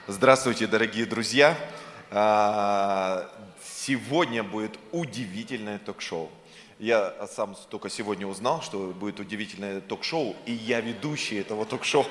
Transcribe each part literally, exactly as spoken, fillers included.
Здравствуйте, дорогие друзья! Сегодня будет удивительное ток-шоу. Я сам только сегодня узнал, что будет удивительное ток-шоу, и я ведущий этого ток-шоу.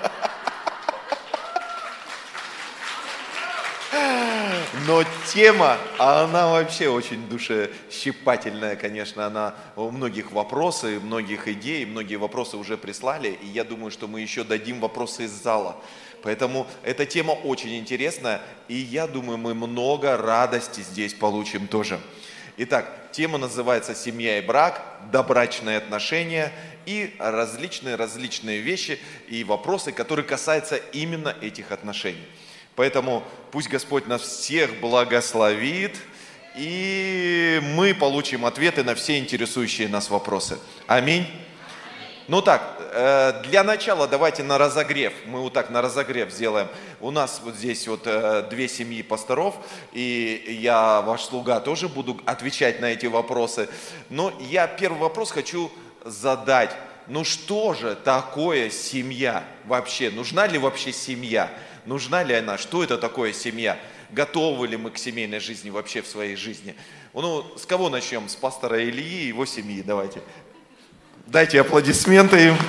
Но тема, она вообще очень душещипательная, конечно, она у многих вопросы, многих идей, многие вопросы уже прислали, и я думаю, что мы еще дадим вопросы из зала. Поэтому эта тема очень интересная, и я думаю, мы много радости здесь получим тоже. Итак, тема называется «Семья и брак», «Добрачные отношения» и различные-различные вещи и вопросы, которые касаются именно этих отношений. Поэтому пусть Господь нас всех благословит, и мы получим ответы на все интересующие нас вопросы. Аминь. Ну так, для начала давайте на разогрев, мы вот так на разогрев сделаем. У нас вот здесь вот две семьи пасторов, и я, ваш слуга, тоже буду отвечать на эти вопросы. Но я первый вопрос хочу задать. Ну что же такое семья вообще? Нужна ли вообще семья? Нужна ли она? Что это такое семья? Готовы ли мы к семейной жизни вообще в своей жизни? Ну, с кого начнем? С пастора Ильи и его семьи. Давайте. Дайте аплодисменты им.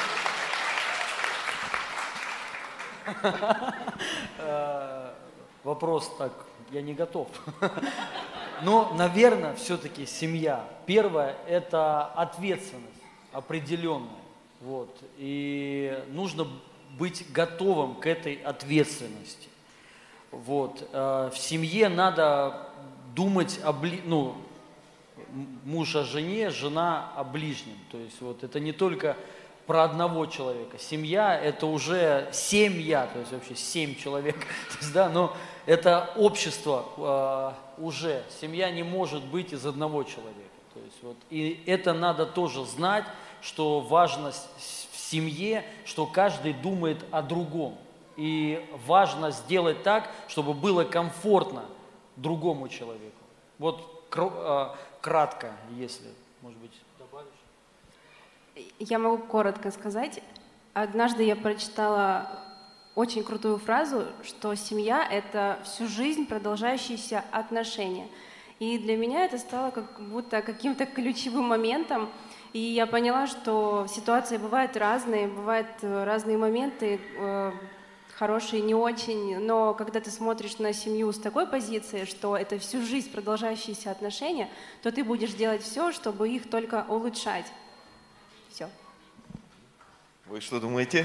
Вопрос так, я не готов. Но, наверное, все-таки семья. Первое – это ответственность определенная. Вот. И нужно быть готовым к этой ответственности. Вот. В семье надо думать о бли... ну, муж о жене, жена о ближнем. То есть вот это не только про одного человека. Семья – это уже семья, то есть вообще семь человек. То есть, да, но это общество э, уже. Семья не может быть из одного человека. То есть, вот, и это надо тоже знать, что важность в семье, что каждый думает о другом. И важно сделать так, чтобы было комфортно другому человеку. Вот кратко, если, может быть, добавишь. Я могу коротко сказать. Однажды я прочитала очень крутую фразу, что семья – это всю жизнь продолжающиеся отношения. И для меня это стало как будто каким-то ключевым моментом. И я поняла, что ситуации бывают разные, бывают разные моменты, э, хорошие, не очень. Но когда ты смотришь на семью с такой позиции, что это всю жизнь продолжающиеся отношения, то ты будешь делать все, чтобы их только улучшать. Все. Вы что думаете?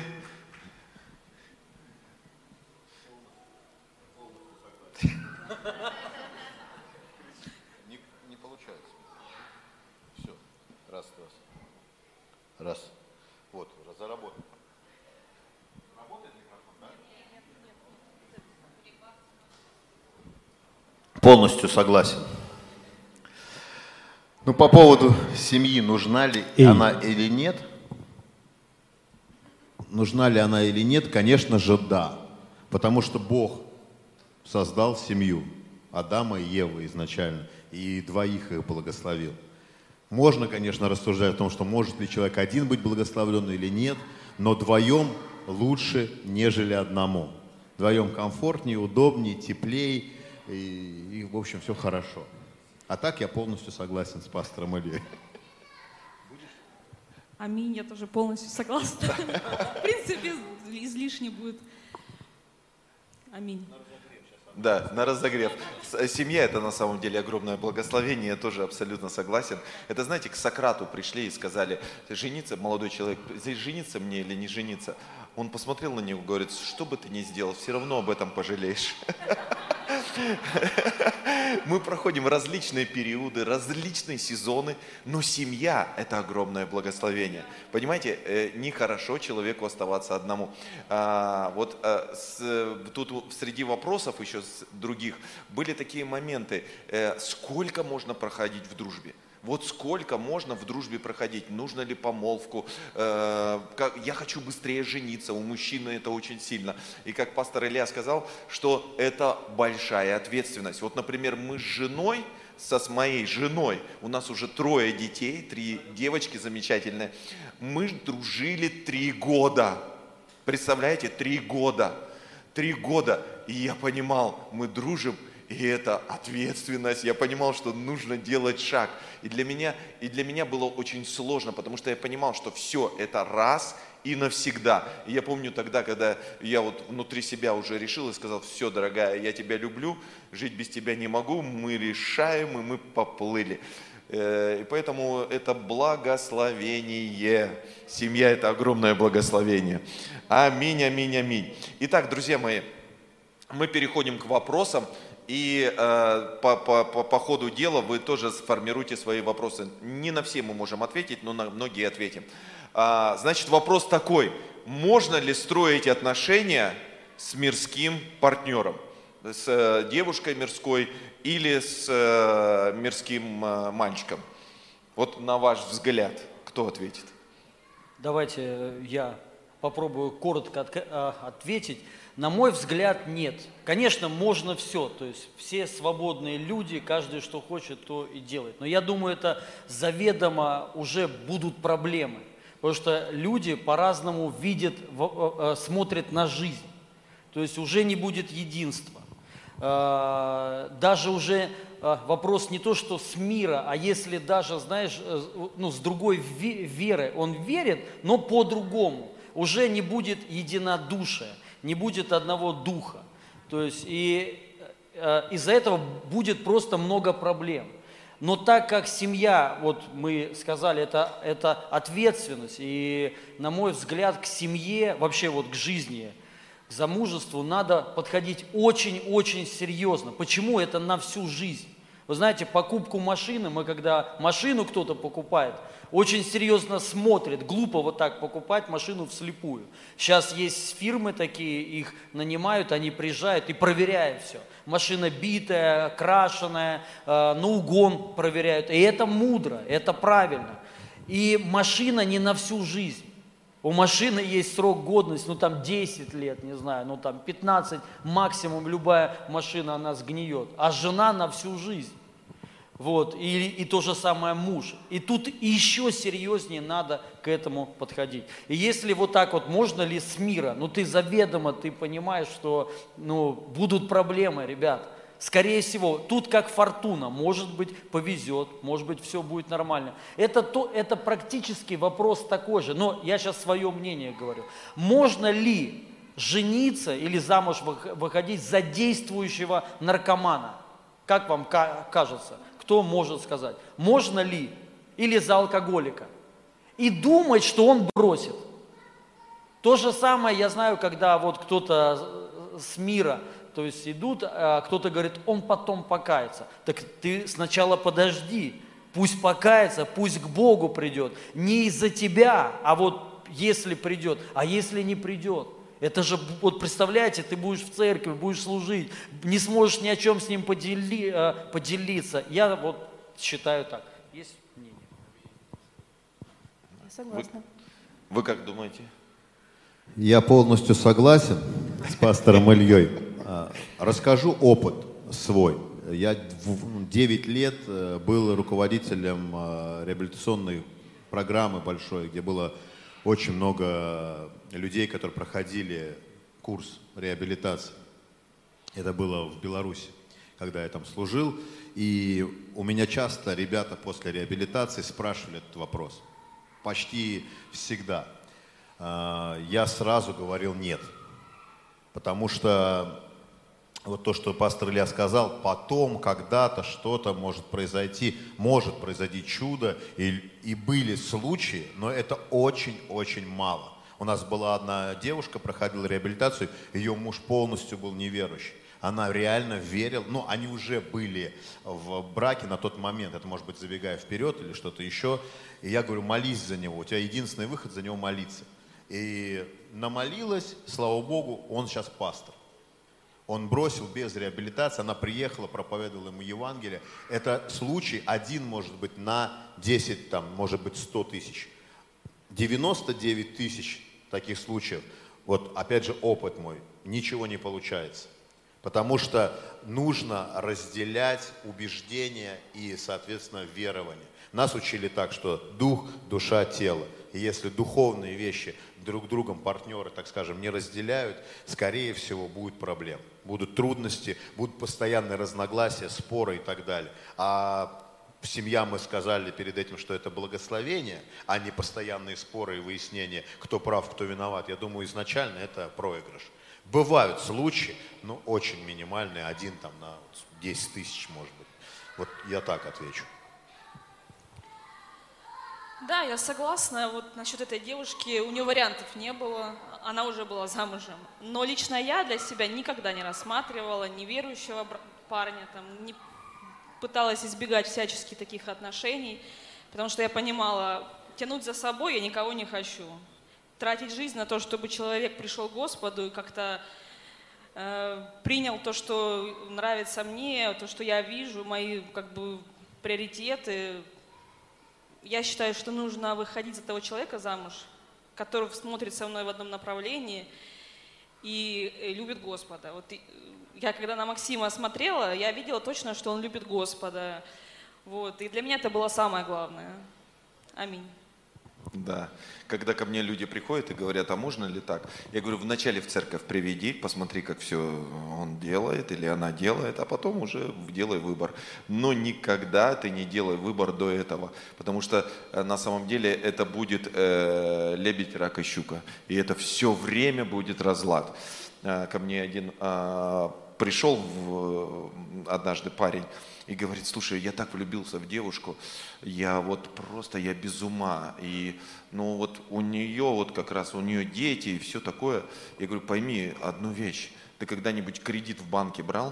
Раз. Вот, заработал. Работает микрофон, да? Полностью согласен. Ну, по поводу семьи, нужна ли Эй. она или нет? Нужна ли она или нет? Конечно же, да. Потому что Бог создал семью. Адама и Евы изначально. И двоих их благословил. Можно, конечно, рассуждать о том, что может ли человек один быть благословлен или нет, но вдвоем лучше, нежели одному. Вдвоем комфортнее, удобнее, теплее, и, и в общем, все хорошо. А так я полностью согласен с пастором Ильей. Аминь, я тоже полностью согласна. В принципе, излишне будет. Аминь. Да, на разогрев. Семья – это на самом деле огромное благословение, я тоже абсолютно согласен. Это, знаете, к Сократу пришли и сказали, жениться, молодой человек, жениться мне или не жениться? Он посмотрел на него и говорит, что бы ты ни сделал, все равно об этом пожалеешь. Мы проходим различные периоды, различные сезоны, но семья – это огромное благословение. Понимаете, нехорошо человеку оставаться одному. А, вот а, с, тут среди вопросов еще с других были такие моменты, э, сколько можно проходить в дружбе? Вот сколько можно в дружбе проходить? Нужно ли помолвку? Э, как, я хочу быстрее жениться. У мужчины это очень сильно. И как пастор Илья сказал, что это большая ответственность. Вот, например, мы с женой, со с моей женой, у нас уже трое детей, три девочки замечательные. Мы дружили три года. Представляете, три года. три года, и я понимал, мы дружим, и это ответственность. Я понимал, что нужно делать шаг. И для меня, и для меня было очень сложно, потому что я понимал, что все это раз и навсегда. И я помню тогда, когда я вот внутри себя уже решил и сказал: все, дорогая, я тебя люблю, жить без тебя не могу, мы решаем, и мы поплыли. И поэтому это благословение. Семья – это огромное благословение. Аминь, аминь, аминь. Итак, друзья мои, мы переходим к вопросам. И э, по, по, по, по ходу дела вы тоже сформируйте свои вопросы. Не на все мы можем ответить, но на многие ответим. А, значит, вопрос такой. Можно ли строить отношения с мирским партнером? С э, девушкой мирской или с э, мирским э, мальчиком? Вот на ваш взгляд, кто ответит? Давайте я попробую коротко от, э, ответить. На мой взгляд, нет. Конечно, можно все, то есть все свободные люди, каждый что хочет, то и делает. Но я думаю, это заведомо уже будут проблемы, потому что люди по-разному видят, смотрят на жизнь. То есть уже не будет единства. Даже уже вопрос не то, что с мира, а если даже, знаешь, ну, с другой веры он верит, но по-другому. Уже не будет единодушия. Не будет одного духа. То есть и э, из-за этого будет просто много проблем. Но так как семья, вот мы сказали, это, это ответственность, и на мой взгляд к семье, вообще вот к жизни, к замужеству надо подходить очень-очень серьезно. Почему? Это на всю жизнь. Вы знаете, покупку машины, мы когда машину кто-то покупает, очень серьезно смотрит, глупо вот так покупать машину вслепую. Сейчас есть фирмы такие, их нанимают, они приезжают и проверяют все. Машина битая, крашеная, э, на угон проверяют. И это мудро, это правильно. И машина не на всю жизнь. У машины есть срок годности, ну там десять лет, не знаю, ну там пятнадцать максимум, любая машина, она сгниет. А жена на всю жизнь. Вот, и, и то же самое муж. И тут еще серьезнее надо к этому подходить. И если вот так вот, можно ли с мира, ну ты заведомо, ты понимаешь, что ну, будут проблемы, ребят. Скорее всего, тут как фортуна, может быть, повезет, может быть, все будет нормально. Это, то, это практически вопрос такой же, но я сейчас свое мнение говорю. Можно ли жениться или замуж выходить за действующего наркомана? Как вам кажется? Кто может сказать? Можно ли? Или за алкоголика? И думать, что он бросит. То же самое, я знаю, когда вот кто-то с мира, то есть идут, кто-то говорит, он потом покается. Так ты сначала подожди, пусть покается, пусть к Богу придет. Не из-за тебя, а вот если придет, а если не придет. Это же, вот представляете, ты будешь в церкви, будешь служить, не сможешь ни о чем с ним подели, поделиться. Я вот считаю так. Есть мнение? Я согласна. Вы, вы как думаете? Я полностью согласен с пастором Ильей. Расскажу опыт свой. Я девять лет был руководителем реабилитационной программы большой, где было очень много людей, которые проходили курс реабилитации. Это было в Беларуси, когда я там служил. И у меня часто ребята после реабилитации спрашивали этот вопрос. Почти всегда. Я сразу говорил нет. Потому что вот то, что пастор Илья сказал, потом, когда-то, что-то может произойти, может произойти чудо, и, и были случаи, но это очень-очень мало. У нас была одна девушка, проходила реабилитацию, ее муж полностью был неверующий. Она реально верила, ну, они уже были в браке на тот момент, это может быть забегая вперед или что-то еще. И я говорю, молись за него, у тебя единственный выход за него молиться. И намолилась, слава Богу, он сейчас пастор. Он бросил без реабилитации, она приехала, проповедовала ему Евангелие. Это случай один, может быть, на десять, там, может быть, сто тысяч. девяносто девять тысяч таких случаев, вот опять же опыт мой, ничего не получается. Потому что нужно разделять убеждения и, соответственно, верование. Нас учили так, что дух, душа, тело. И если духовные вещи друг другом партнеры, так скажем, не разделяют, скорее всего, будут проблемы. Будут трудности, будут постоянные разногласия, споры и так далее. А семья, мы сказали перед этим, что это благословение, а не постоянные споры и выяснения, кто прав, кто виноват. Я думаю, изначально это проигрыш. Бывают случаи, но очень минимальные, один там на десять тысяч, может быть. Вот я так отвечу. Да, я согласна. Вот насчет этой девушки, у нее вариантов не было, она уже была замужем. Но лично я для себя никогда не рассматривала неверующего бра- парня, там, не пыталась избегать всячески таких отношений, потому что я понимала, тянуть за собой я никого не хочу. Тратить жизнь на то, чтобы человек пришел к Господу и как-то э, принял то, что нравится мне, то, что я вижу, мои как бы приоритеты. Я считаю, что нужно выходить за того человека замуж, который смотрит со мной в одном направлении и, и любит Господа. Вот и, я когда на Максима смотрела, я видела точно, что он любит Господа. Вот. И для меня это было самое главное. Аминь. Да. Когда ко мне люди приходят и говорят, а можно ли так? Я говорю, вначале в церковь приведи, посмотри, как все он делает или она делает, а потом уже делай выбор. Но никогда ты не делай выбор до этого, потому что э, на самом деле это будет э, лебедь, рак и щука. И это все время будет разлад. Э, ко мне один э, пришел в, однажды парень, и говорит, слушай, я так влюбился в девушку, я вот просто, я без ума. И, ну вот у нее вот как раз, у нее дети и все такое. Я говорю, пойми одну вещь, ты когда-нибудь кредит в банке брал?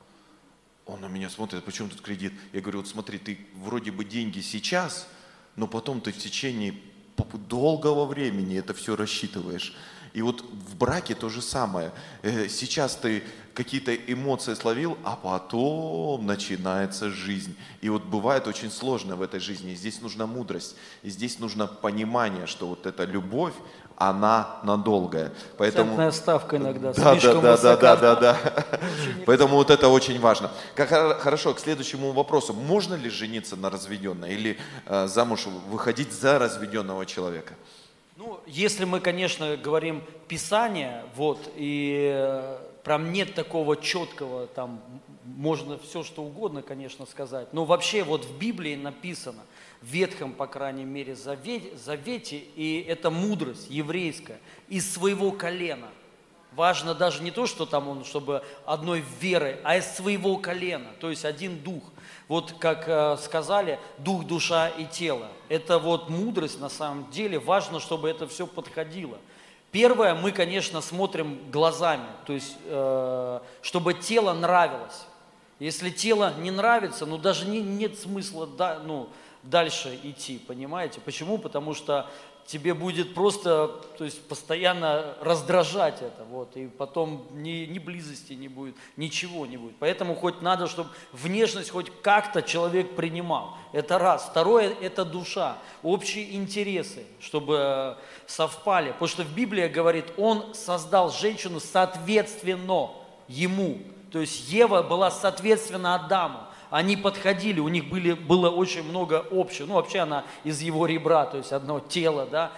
Он на меня смотрит, почему тут кредит? Я говорю, вот смотри, ты вроде бы деньги сейчас, но потом ты в течение долгого времени это все рассчитываешь. И вот в браке то же самое. Сейчас ты какие-то эмоции словил, а потом начинается жизнь. И вот бывает очень сложно в этой жизни. И здесь нужна мудрость. И здесь нужно понимание, что вот эта любовь, она надолгая. Поэтому... Процентная ставка иногда да, слишком да, да, высока. да, да, да. Поэтому вот это очень важно. Как, хорошо, к следующему вопросу. Можно ли жениться на разведенной или э, замуж выходить за разведенного человека? Ну, если мы, конечно, говорим Писание, вот, и э, прям нет такого четкого, там, можно все что угодно, конечно, сказать, но вообще вот в Библии написано, в Ветхом, по крайней мере, завете, завете, и это мудрость еврейская, из своего колена. Важно даже не то, что там он, чтобы одной верой, а из своего колена, то есть один дух. Вот как э, сказали, дух, душа и тело. Это вот мудрость на самом деле, важно, чтобы это все подходило. Первое, мы, конечно, смотрим глазами, то есть, э, чтобы тело нравилось. Если тело не нравится, ну даже не, нет смысла да, ну, дальше идти, понимаете? Почему? Потому что тебе будет просто, то есть постоянно раздражать это, вот, и потом ни, ни близости не будет, ничего не будет. Поэтому хоть надо, чтобы внешность хоть как-то человек принимал. Это раз. Второе – это душа, общие интересы, чтобы совпали. Потому что в Библии говорит, он создал женщину соответственно ему. То есть Ева была соответственно Адаму. Они подходили, у них были, было очень много общего. Ну, вообще она из его ребра, то есть одно тело, да.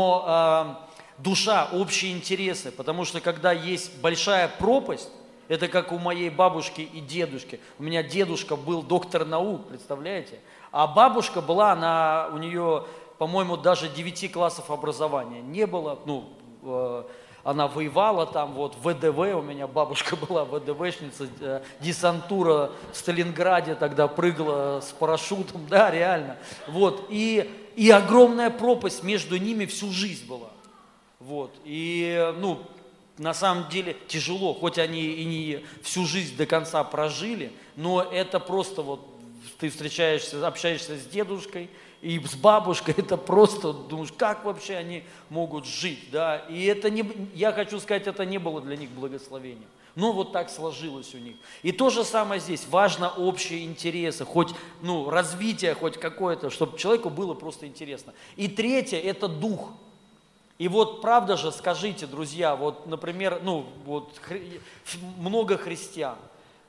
Но э, душа, общие интересы, потому что когда есть большая пропасть, это как у моей бабушки и дедушки. У меня дедушка был доктор наук, представляете? А бабушка была, она, у нее, по-моему, даже девяти классов образования не было, ну, э, она воевала там, вот, в ВДВ, у меня бабушка была ВДВшница, э, десантура в Сталинграде тогда прыгала с парашютом, да, реально. Вот, и, и огромная пропасть между ними всю жизнь была. Вот, и, ну, на самом деле тяжело, хоть они и не всю жизнь до конца прожили, но это просто вот, ты встречаешься, общаешься с дедушкой, и с бабушкой, это просто, думаешь, как вообще они могут жить, да, и это не, я хочу сказать, это не было для них благословением, но вот так сложилось у них. И то же самое здесь, важно общие интересы, хоть, ну, развитие хоть какое-то, чтобы человеку было просто интересно. И третье, это дух. И вот правда же, скажите, друзья, вот, например, ну, вот хри... много христиан,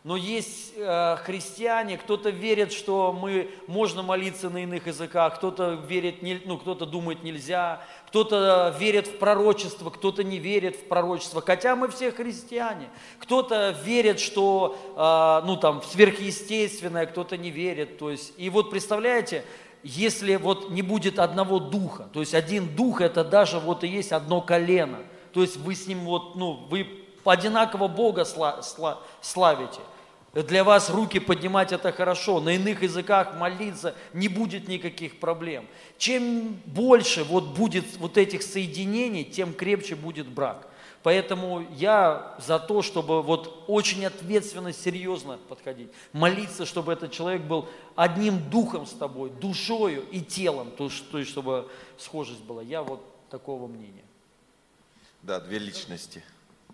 Но есть э, христиане, кто-то верит, что мы, можно молиться на иных языках, кто-то верит, не, ну, кто-то думает нельзя, кто-то верит в пророчество, кто-то не верит в пророчество, хотя мы все христиане. Кто-то верит, что э, ну, там, в сверхъестественное, кто-то не верит. То есть, и вот представляете, если вот не будет одного духа, то есть один дух, это даже вот и есть одно колено, то есть вы с ним вот, ну, вы одинаково Бога сла, сла, славите. Для вас руки поднимать это хорошо, на иных языках молиться не будет никаких проблем. Чем больше вот будет вот этих соединений, тем крепче будет брак. Поэтому я за то, чтобы вот очень ответственно, серьезно подходить, молиться, чтобы этот человек был одним духом с тобой, душою и телом, то есть чтобы схожесть была. Я вот такого мнения. Да, две личности.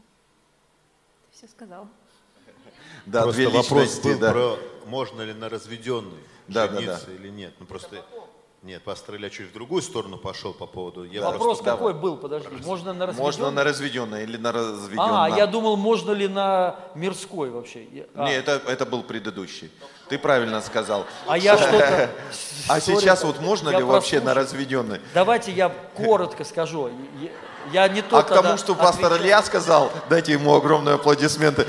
Все сказал. Да, просто две вопрос личности, был да. про можно ли на разведенной Да, да, жениться да. или нет. Ну просто нет, пастор Илья чуть в другую сторону пошел по поводу. Я Вопрос просто- какой был, подожди, можно на разведенной? Можно на разведенной или на разведенном? А, я думал, можно ли на мирской вообще. Я- а. Не, это, это был предыдущий. Ты правильно сказал. А я что-то... А Сори, сейчас вот можно я ли вообще на прослушал. разведенной? Давайте я коротко скажу. Я, я не А тот к тому, тогда что пастор отвечаю. Илья сказал, дайте ему огромные аплодисменты.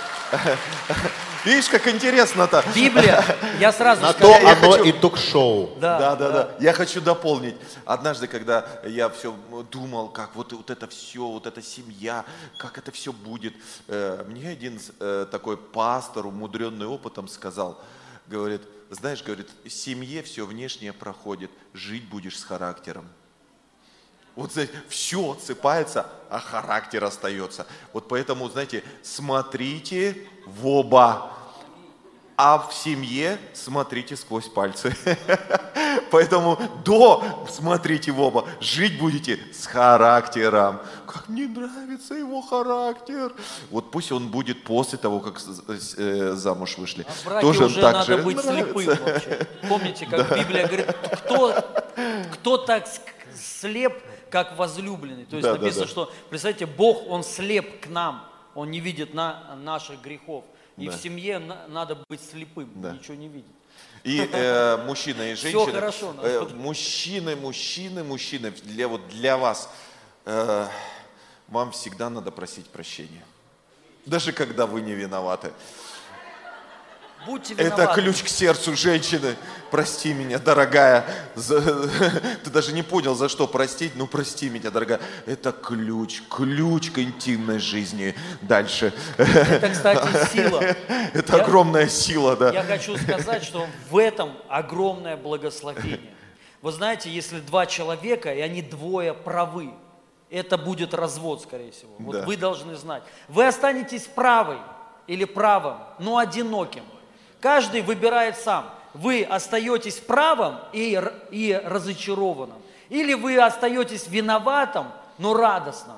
Видишь, как интересно-то. Библия, я сразу На скажу. то я оно хочу- и ток-шоу. Да, Да, да, да. Я хочу дополнить. Однажды, когда я все думал, как вот, вот это все, вот эта семья, как это все будет, э, мне один э, такой пастор, умудренный опытом, сказал, говорит, знаешь, говорит, в семье все внешнее проходит, жить будешь с характером. Вот, знаете, все отсыпается, а характер остается. Вот поэтому, знаете, смотрите в оба, а в семье смотрите сквозь пальцы. Поэтому до смотрите в оба, жить будете с характером. Как мне нравится его характер. Вот пусть он будет после того, как э, замуж вышли. А в браке Тоже уже так надо же быть нравится. слепым вообще. Помните, как Библия говорит, кто, кто так ск- слеп, как возлюбленный. То есть Да, да, написано, да. что, представьте, Бог, Он слеп к нам, Он не видит на, наших грехов. И Да. в семье на- надо быть слепым, Да. ничего не видеть. И э, мужчина и Всё женщина. хорошо, надо э, вот- мужчины, мужчины, мужчины. Для, вот, для вас. э, вам всегда надо просить прощения. Даже когда вы не виноваты. Будьте Это виноваты. ключ к сердцу женщины. Прости меня, дорогая. За- Ты даже не понял, за что простить. Ну, прости меня, дорогая. Это ключ, ключ к интимной жизни. Дальше. Это, кстати, сила. Это Я- огромная сила, да. Я хочу сказать, что в этом огромное благословение. Вы знаете, если два человека, и они двое правы, это будет развод, скорее всего. Вот Да. вы должны знать. Вы останетесь правой или правым, но одиноким. Каждый выбирает сам. Вы остаетесь правым и, р- и разочарованным. Или вы остаетесь виноватым, но радостным.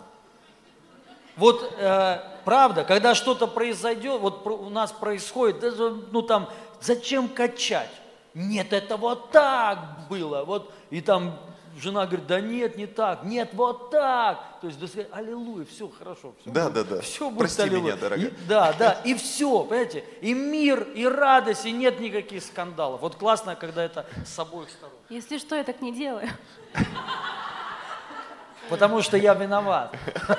Вот э, правда, когда что-то произойдет, вот про- у нас происходит, даже, ну там, зачем качать? Нет, это вот так было. Вот, и там жена говорит, да нет, не так, нет, вот так. То есть, да, сказать, аллилуйя, все хорошо. Все Да, будет, да, да. Все будет Прости аллилуйя. меня, дорогая. И- да, да, и все, понимаете, и мир, и радость, и нет никаких скандалов. Вот классно, когда это с обоих сторон. Если что, я так не делаю. Потому что я виноват.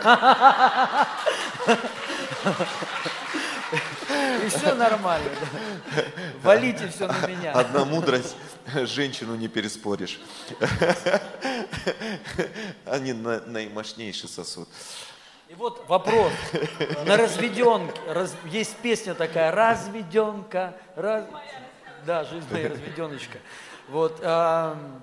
И все нормально. да. Валите все на меня. Одна мудрость, женщину не переспоришь. Они на- наимощнейший сосуд. И вот вопрос. На разведенке. раз- есть песня такая «Разведенка». Раз... Да, «Жизнь моя разведеночка». Вот. ам,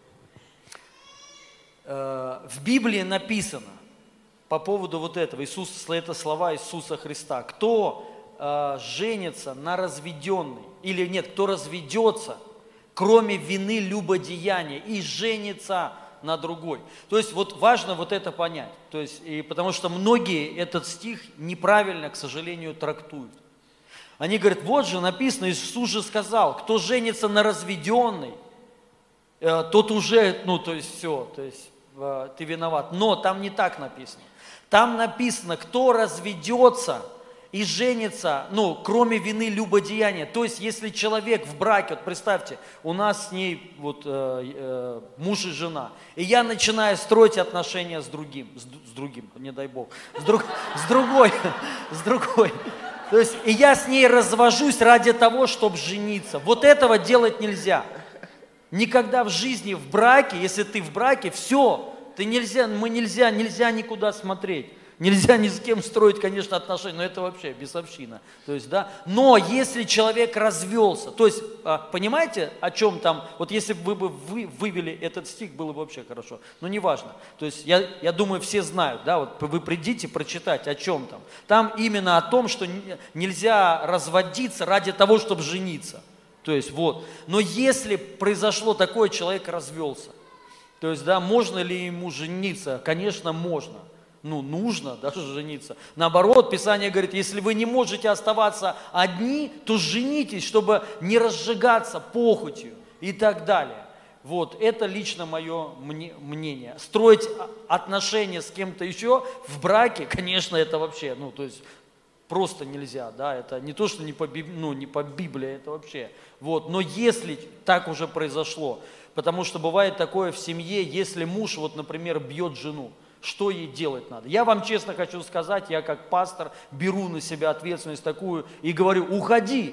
э, в Библии написано по поводу вот этого, Иисус, это слова Иисуса Христа. Кто э, женится на разведенной, или нет, кто разведется, кроме вины любодеяния, и женится на другой. То есть вот важно вот это понять. То есть, и потому что многие этот стих неправильно, к сожалению, трактуют. Они говорят, вот же написано, Иисус же сказал, кто женится на разведенной, э, тот уже, ну то есть все, то есть э, ты виноват. Но там не так написано. Там написано, кто разведется, и женится, ну, кроме вины любодеяния. То есть, если человек в браке, вот представьте, у нас с ней вот э, э, муж и жена, и я начинаю строить отношения с другим, с, с другим, не дай бог, с, друг, с другой, с другой. То есть, и я с ней развожусь ради того, чтобы жениться. Вот этого делать нельзя. Никогда в жизни, в браке, если ты в браке, все, ты нельзя, мы нельзя, нельзя никуда смотреть. Нельзя ни с кем строить, конечно, отношения, но это вообще бесовщина. То есть, да. Но если человек развелся, то есть, понимаете, о чем там, вот если бы вы вы вывели этот стих, было бы вообще хорошо. Но неважно. То есть, я, я думаю, все знают, да, вот вы придите прочитать, о чем там. Там именно о том, что нельзя разводиться ради того, чтобы жениться. То есть, вот. Но если произошло такое, человек развелся, то есть, да, можно ли ему жениться? Конечно, можно. Ну, нужно даже жениться. Наоборот, Писание говорит, если вы не можете оставаться одни, то женитесь, чтобы не разжигаться похотью и так далее. Вот, это лично мое мнение. Строить отношения с кем-то еще в браке, конечно, это вообще, ну, то есть, просто нельзя, да, это не то, что не по, ну, не по Библии, это вообще. Вот, но если так уже произошло, потому что бывает такое в семье, если муж, вот, например, бьет жену, что ей делать надо? Я вам честно хочу сказать, я как пастор беру на себя ответственность такую и говорю, уходи,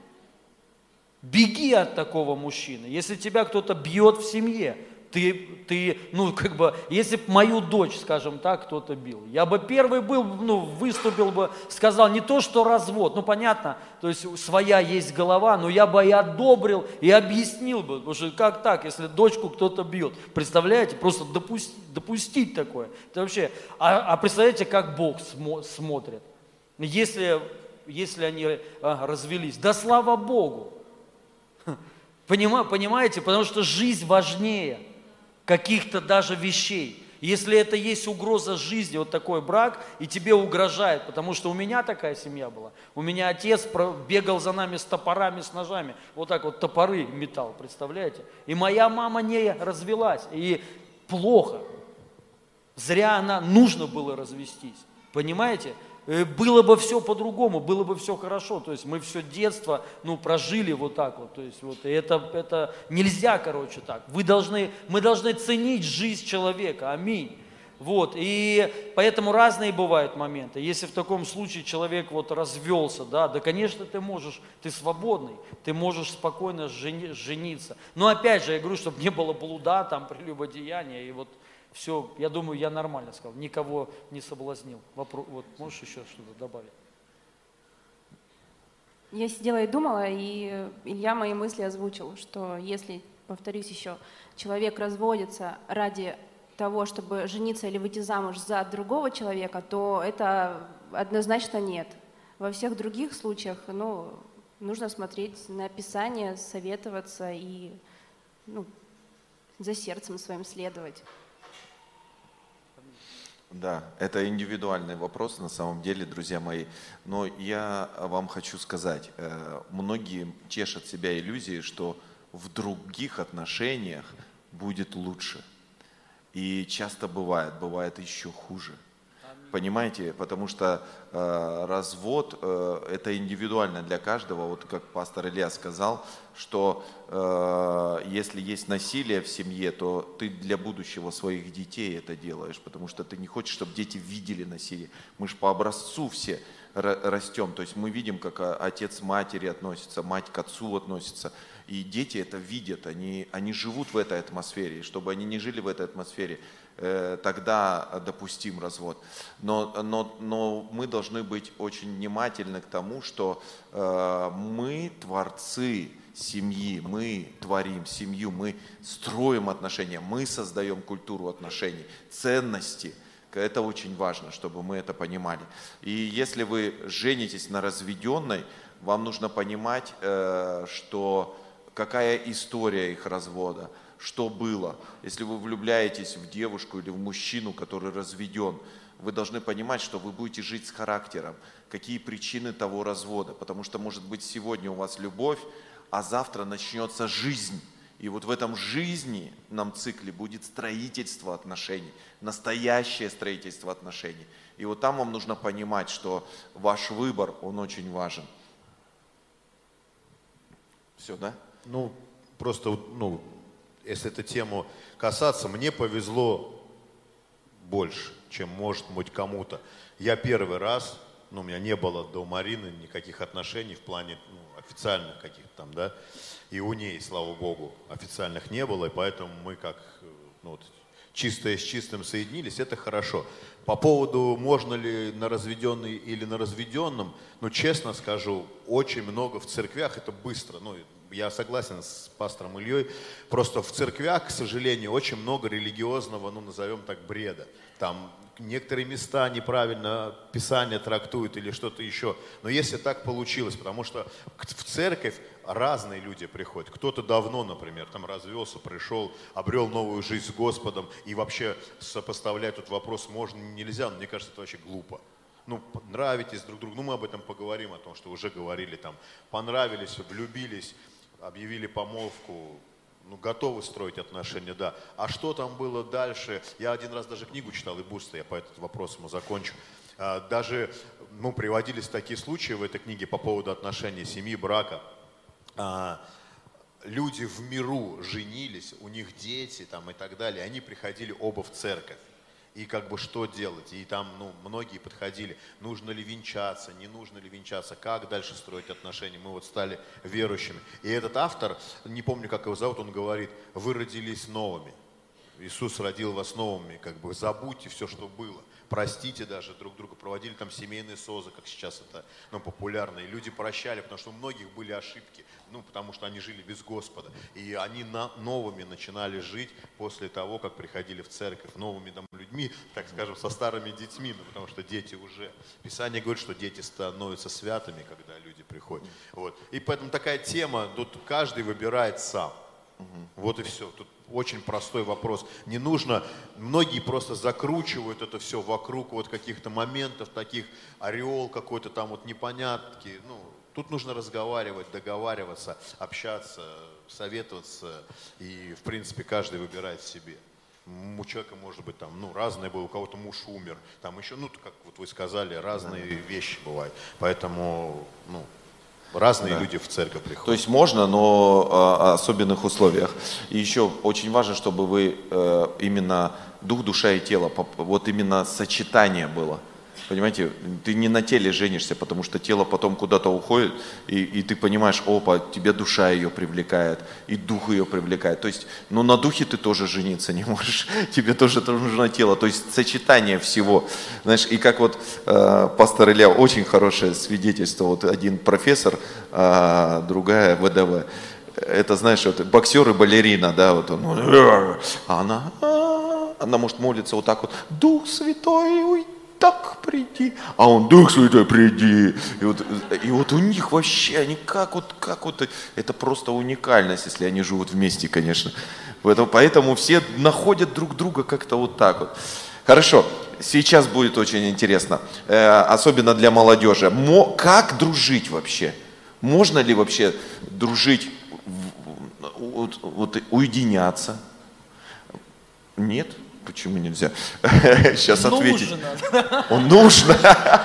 беги от такого мужчины. Если тебя кто-то бьет в семье, ты, ты, ну, как бы, если бы мою дочь, скажем так, кто-то бил, я бы первый был, ну, выступил бы, сказал не то, что развод, ну, понятно, то есть своя есть голова, но я бы и одобрил, и объяснил бы, потому что как так, если дочку кто-то бьет, представляете, просто допустить, допустить такое, это вообще, а, а представляете, как Бог смо, смотрит, если, если они а, развелись, да слава Богу, понимаете, потому что жизнь важнее каких-то даже вещей. Если это есть угроза жизни, вот такой брак, и тебе угрожает, потому что у меня такая семья была. У меня отец бегал за нами с топорами, с ножами, вот так вот топоры метал, представляете? И моя мама не развелась, и плохо. Зря она, нужно было развестись, понимаете? Было бы все по-другому, было бы все хорошо, то есть мы все детство, ну, прожили вот так вот, то есть вот, и это, это нельзя, короче, так. Вы должны, мы должны ценить жизнь человека, аминь. Вот, и поэтому разные бывают моменты. Если в таком случае человек вот развелся, да, да, конечно, ты можешь, ты свободный, ты можешь спокойно жени, жениться. Но опять же, я говорю, чтобы не было блуда, там, прелюбодеяния, и вот, все, я думаю, я нормально сказал, никого не соблазнил. Вопрос, вот, можешь еще что-то добавить? Я сидела и думала, и Илья мои мысли озвучил, что если, повторюсь еще, человек разводится ради того, чтобы жениться или выйти замуж за другого человека, то это однозначно нет. Во всех других случаях, ну, нужно смотреть на Писание, советоваться и, ну, за сердцем своим следовать. Да, это индивидуальный вопрос на самом деле, друзья мои. Но я вам хочу сказать, многие чешут себя иллюзией, что в других отношениях будет лучше. И часто бывает, бывает еще хуже. Понимаете, потому что э, развод э, это индивидуально для каждого. Вот как пастор Илья сказал, что э, если есть насилие в семье, то ты для будущего своих детей это делаешь, потому что ты не хочешь, чтобы дети видели насилие. Мы же по образцу все растем, то есть мы видим, как отец к матери относится, мать к отцу относится, и дети это видят, они, они живут в этой атмосфере, и чтобы они не жили в этой атмосфере, э, тогда допустим развод. Но, но, но мы должны быть очень внимательны к тому, что э, мы творцы семьи, мы творим семью, мы строим отношения, мы создаем культуру отношений, ценности. Это очень важно, чтобы мы это понимали. И если вы женитесь на разведенной, вам нужно понимать, что какая история их развода, что было. Если вы влюбляетесь в девушку или в мужчину, который разведен, вы должны понимать, что вы будете жить с характером, какие причины того развода. Потому что, может быть, сегодня у вас любовь, а завтра начнется жизнь. И вот в этом жизненном цикле будет строительство отношений, настоящее строительство отношений. И вот там вам нужно понимать, что ваш выбор, он очень важен. Все, да? Ну, просто, вот, ну, если эту тему касаться, мне повезло больше, чем может быть кому-то. Я первый раз, ну, у меня не было до Марины никаких отношений в плане, ну, официальных каких-то там, да, и у ней, слава богу, официальных не было, и поэтому мы как, ну, вот, чистое с чистым соединились, это хорошо. По поводу, можно ли на разведенный или на разведенном, ну, честно скажу, очень много в церквях, это быстро, ну, я согласен с пастором Ильей, просто в церквях, к сожалению, очень много религиозного, ну, назовем так, бреда. Там некоторые места неправильно Писание трактуют или что-то еще. Но если так получилось, потому что в церковь разные люди приходят. Кто-то давно, например, там развелся, пришел, обрел новую жизнь с Господом и вообще сопоставляет тут вопрос, можно, нельзя, но мне кажется, это вообще глупо. Ну, нравитесь друг другу, ну, мы об этом поговорим, о том, что уже говорили, там, понравились, влюбились, объявили помолвку, ну, готовы строить отношения, да. А что там было дальше? Я один раз даже книгу читал, и Буста, я по этот вопрос ему закончу. Даже, ну, приводились такие случаи в этой книге по поводу отношений, семьи, брака. Люди в миру женились, у них дети там и так далее, они приходили оба в церковь. И как бы что делать? И там, ну, многие подходили, нужно ли венчаться, не нужно ли венчаться, как дальше строить отношения. Мы вот стали верующими. И этот автор, не помню, как его зовут, он говорит, вы родились новыми. Иисус родил вас новыми, как бы забудьте все, что было. Простите даже друг друга, проводили там семейные созы, как сейчас это, ну, популярно. И люди прощали, потому что у многих были ошибки, ну, потому что они жили без Господа. И они на, новыми начинали жить после того, как приходили в церковь, новыми там людьми, так скажем, со старыми детьми, ну, потому что дети уже... Писание говорит, что дети становятся святыми, когда люди приходят. Вот. И поэтому такая тема, тут каждый выбирает сам. Вот и все. Тут очень простой вопрос. Не нужно, многие просто закручивают это все вокруг вот каких-то моментов, таких ореол какой-то там вот непонятки. Ну, тут нужно разговаривать, договариваться, общаться, советоваться. И, в принципе, каждый выбирает себе. У человека может быть там, ну, разное было, у кого-то муж умер, там еще, ну, как вот вы сказали, разные вещи бывают. Поэтому, ну, разные, да, люди в церковь приходят. То есть можно, но о особенных условиях. И еще очень важно, чтобы вы э, именно дух, душа и тело, вот именно сочетание было. Понимаете, ты не на теле женишься, потому что тело потом куда-то уходит, и, и ты понимаешь, опа, тебе душа ее привлекает, и дух ее привлекает. То есть, ну, на духе ты тоже жениться не можешь, тебе тоже нужно тело. То есть сочетание всего. Знаешь, и как вот э, пастор Илья, очень хорошее свидетельство, вот один профессор, э, другая ВДВ. Это, знаешь, вот боксер и балерина, да, вот он, а она, она может молиться вот так вот, Дух Святой, уйди. Так приди, а он, Дух Святой, приди. И вот, и вот у них вообще, они как вот, как вот, это просто уникальность, если они живут вместе, конечно. Поэтому, поэтому все находят друг друга как-то вот так вот. Хорошо, сейчас будет очень интересно, э, особенно для молодежи. Мо, как дружить вообще? Можно ли вообще дружить, вот, вот, уединяться? Нет? Почему нельзя? Сейчас ответить. Он нужно.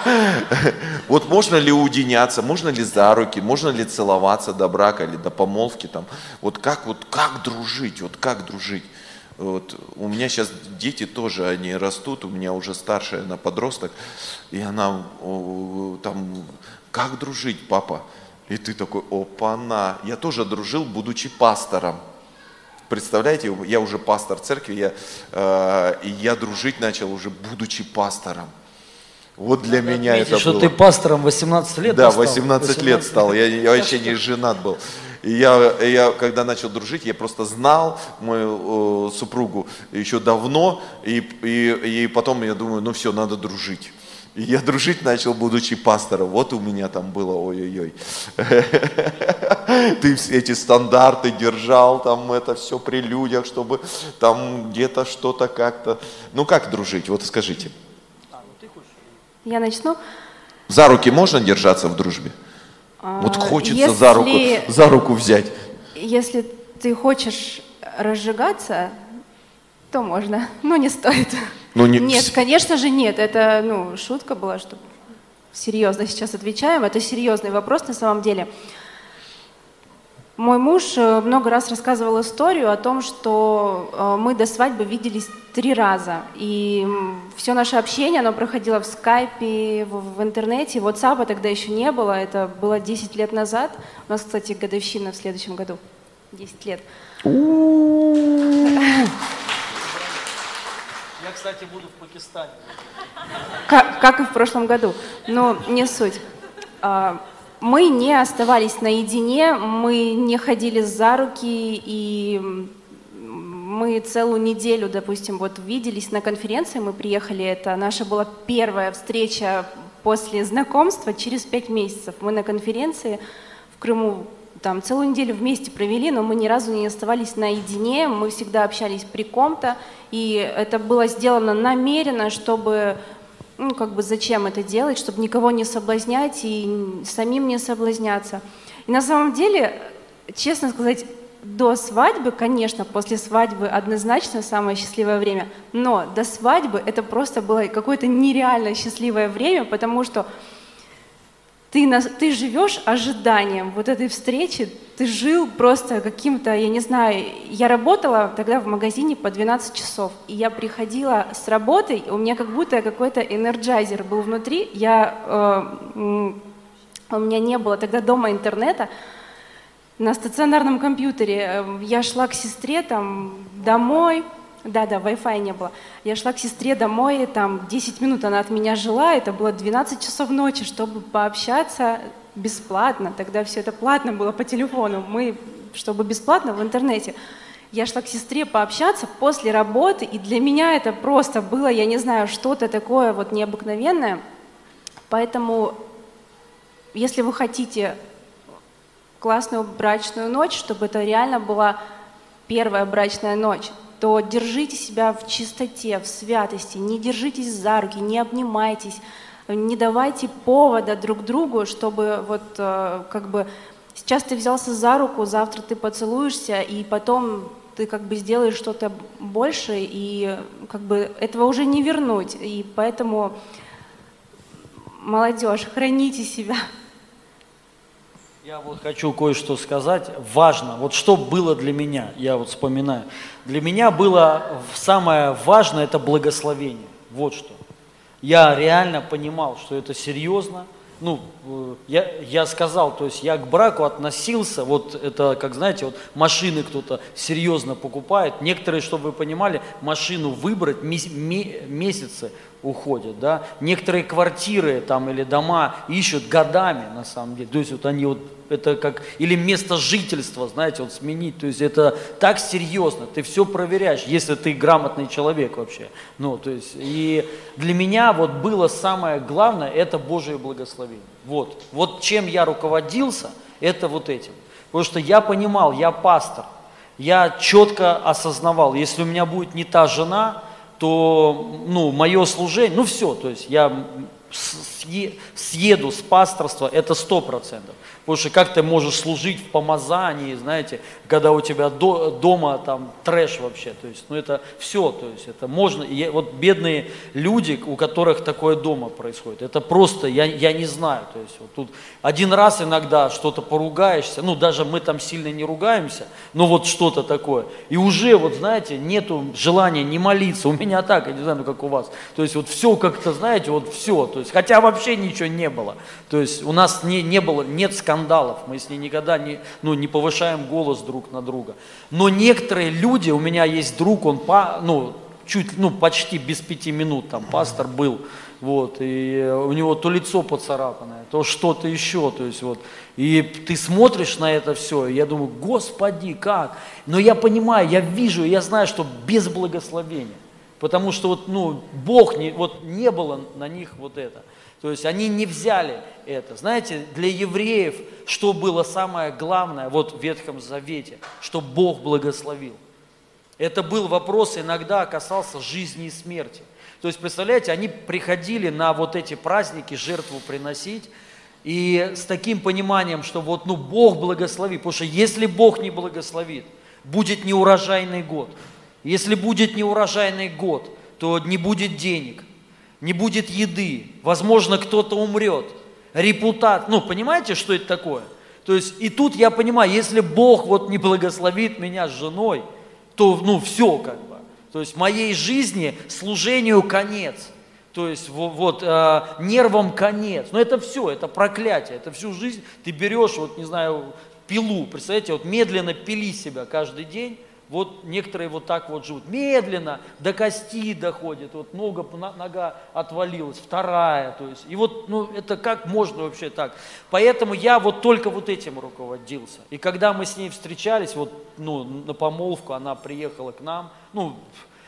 Вот можно ли уединяться, можно ли за руки, можно ли целоваться до брака или до помолвки там? Вот как вот как дружить, вот как дружить? Вот у меня сейчас дети тоже, они растут, у меня уже старшая, она подросток, и она там, как дружить, папа? И ты такой, опа-на, я тоже дружил, будучи пастором. Представляете, я уже пастор церкви, я, э, и я дружить начал уже будучи пастором. Вот для Надо меня отметить, это что было. Ты пастором восемнадцать лет? Да, восемнадцать лет стал, я, я вообще не женат был. И я, я, когда начал дружить, я просто знал мою э, супругу еще давно, и, и, и потом я думаю, ну все, надо дружить. И я дружить начал, будучи пастором. Вот у меня там было, ой-ой-ой. Ты все эти стандарты держал, там это все при людях, чтобы там где-то что-то как-то. Ну как дружить, вот скажите. Я начну. За руки можно держаться в дружбе? А, Вот хочется если, за руку, за руку взять. Если ты хочешь разжигаться, то можно, но не стоит. Ну, не- Нет, конечно же нет. Это, ну, шутка была, что серьезно сейчас отвечаем. Это серьезный вопрос на самом деле. Мой муж э, много раз рассказывал историю о том, что э, мы до свадьбы виделись три раза. И все наше общение, оно проходило в скайпе, в, в интернете. WhatsApp тогда еще не было, это было десять лет назад. У нас, кстати, годовщина в следующем году. десять лет. Я, кстати, буду в Пакистане. Как, как и в прошлом году. Но не суть. А, Мы не оставались наедине, мы не ходили за руки, и мы целую неделю, допустим, вот виделись на конференции, мы приехали, это наша была первая встреча после знакомства через пять месяцев. Мы на конференции в Крыму там целую неделю вместе провели, но мы ни разу не оставались наедине, мы всегда общались при ком-то, и это было сделано намеренно, чтобы... Ну, как бы зачем это делать, чтобы никого не соблазнять и самим не соблазняться. И на самом деле, честно сказать, до свадьбы, конечно, после свадьбы однозначно самое счастливое время, но до свадьбы это просто было какое-то нереально счастливое время, потому что ты, на, ты живешь ожиданием вот этой встречи, ты жил просто каким-то, я не знаю, я работала тогда в магазине по двенадцать часов, и я приходила с работы, у меня как будто какой-то энерджайзер был внутри, я, э, у меня не было тогда дома интернета, на стационарном компьютере, я шла к сестре там домой, да-да, Wi-Fi не было. Я шла к сестре домой, там десять минут она от меня жила, это было двенадцать часов ночи, чтобы пообщаться бесплатно. Тогда все это платно было по телефону, мы, чтобы бесплатно в интернете. Я шла к сестре пообщаться после работы, и для меня это просто было, я не знаю, что-то такое вот необыкновенное. Поэтому, если вы хотите классную брачную ночь, чтобы это реально была первая брачная ночь, то держите себя в чистоте, в святости, не держитесь за руки, не обнимайтесь, не давайте повода друг другу, чтобы вот э, как бы сейчас ты взялся за руку, завтра ты поцелуешься, и потом ты как бы сделаешь что-то больше, и как бы этого уже не вернуть. И поэтому, молодежь, храните себя. Я вот хочу кое-что сказать. Важно, вот что было для меня, я вот вспоминаю. Для меня было самое важное – это благословение. Вот что. Я реально понимал, что это серьезно. Ну, я, я сказал, то есть я к браку относился, вот это, как знаете, вот машины кто-то серьезно покупает. Некоторые, чтобы вы понимали, машину выбрать месяцы уходят, да. Некоторые квартиры там или дома ищут годами, на самом деле. То есть вот они вот, это как, или место жительства, знаете, вот сменить. То есть это так серьезно, ты все проверяешь, если ты грамотный человек вообще. Ну, то есть, и для меня вот было самое главное, это Божие благословение. Вот, вот чем я руководился, это вот этим. Потому что я понимал, я пастор, я четко осознавал, если у меня будет не та жена, то, ну, мое служение, ну все, то есть я съеду с пасторства, это сто процентов. Потому что как ты можешь служить в помазании, знаете, когда у тебя до, дома там трэш вообще, то есть, ну это все, то есть это можно, и вот бедные люди, у которых такое дома происходит, это просто, я, я не знаю, то есть вот тут один раз иногда что-то поругаешься, ну даже мы там сильно не ругаемся, но вот что-то такое, и уже вот знаете, нету желания не молиться, у меня так, я не знаю, ну как у вас, то есть вот все как-то, знаете, вот все, то есть, хотя вообще ничего не было, то есть у нас не, не было, нет скандалов, мы с ней никогда не, ну, не повышаем голос друг на друга. Но некоторые люди, у меня есть друг, он по, ну, чуть, ну, почти без пяти минут там пастор был, вот, и у него то лицо поцарапанное, то что-то еще, то есть вот, и ты смотришь на это все, и я думаю, Господи, как? Но я понимаю, я вижу, я знаю, что без благословения, потому что вот, ну, Бог, не, вот не было на них вот это. То есть они не взяли это. Знаете, для евреев что было самое главное вот в Ветхом Завете, что Бог благословил. Это был вопрос, иногда касался жизни и смерти. То есть, представляете, они приходили на вот эти праздники жертву приносить, и с таким пониманием, что вот, ну, Бог благословит. Потому что если Бог не благословит, будет неурожайный год. Если будет неурожайный год, то не будет денег, не будет еды, возможно, кто-то умрет, репутация. Ну, понимаете, что это такое? То есть, и тут я понимаю, если Бог вот не благословит меня с женой, то, ну, все как бы. То есть, моей жизни, служению конец. То есть, вот, вот э, нервам конец. Но это все, это проклятие, это всю жизнь ты берешь, вот, не знаю, пилу, представляете, вот медленно пили себя каждый день. Вот некоторые вот так вот живут. Медленно до кости доходит. Вот нога, нога отвалилась, вторая. То есть, и вот, ну, это как можно вообще так? Поэтому я вот только вот этим руководился. И когда мы с ней встречались, вот, ну, на помолвку, она приехала к нам, ну,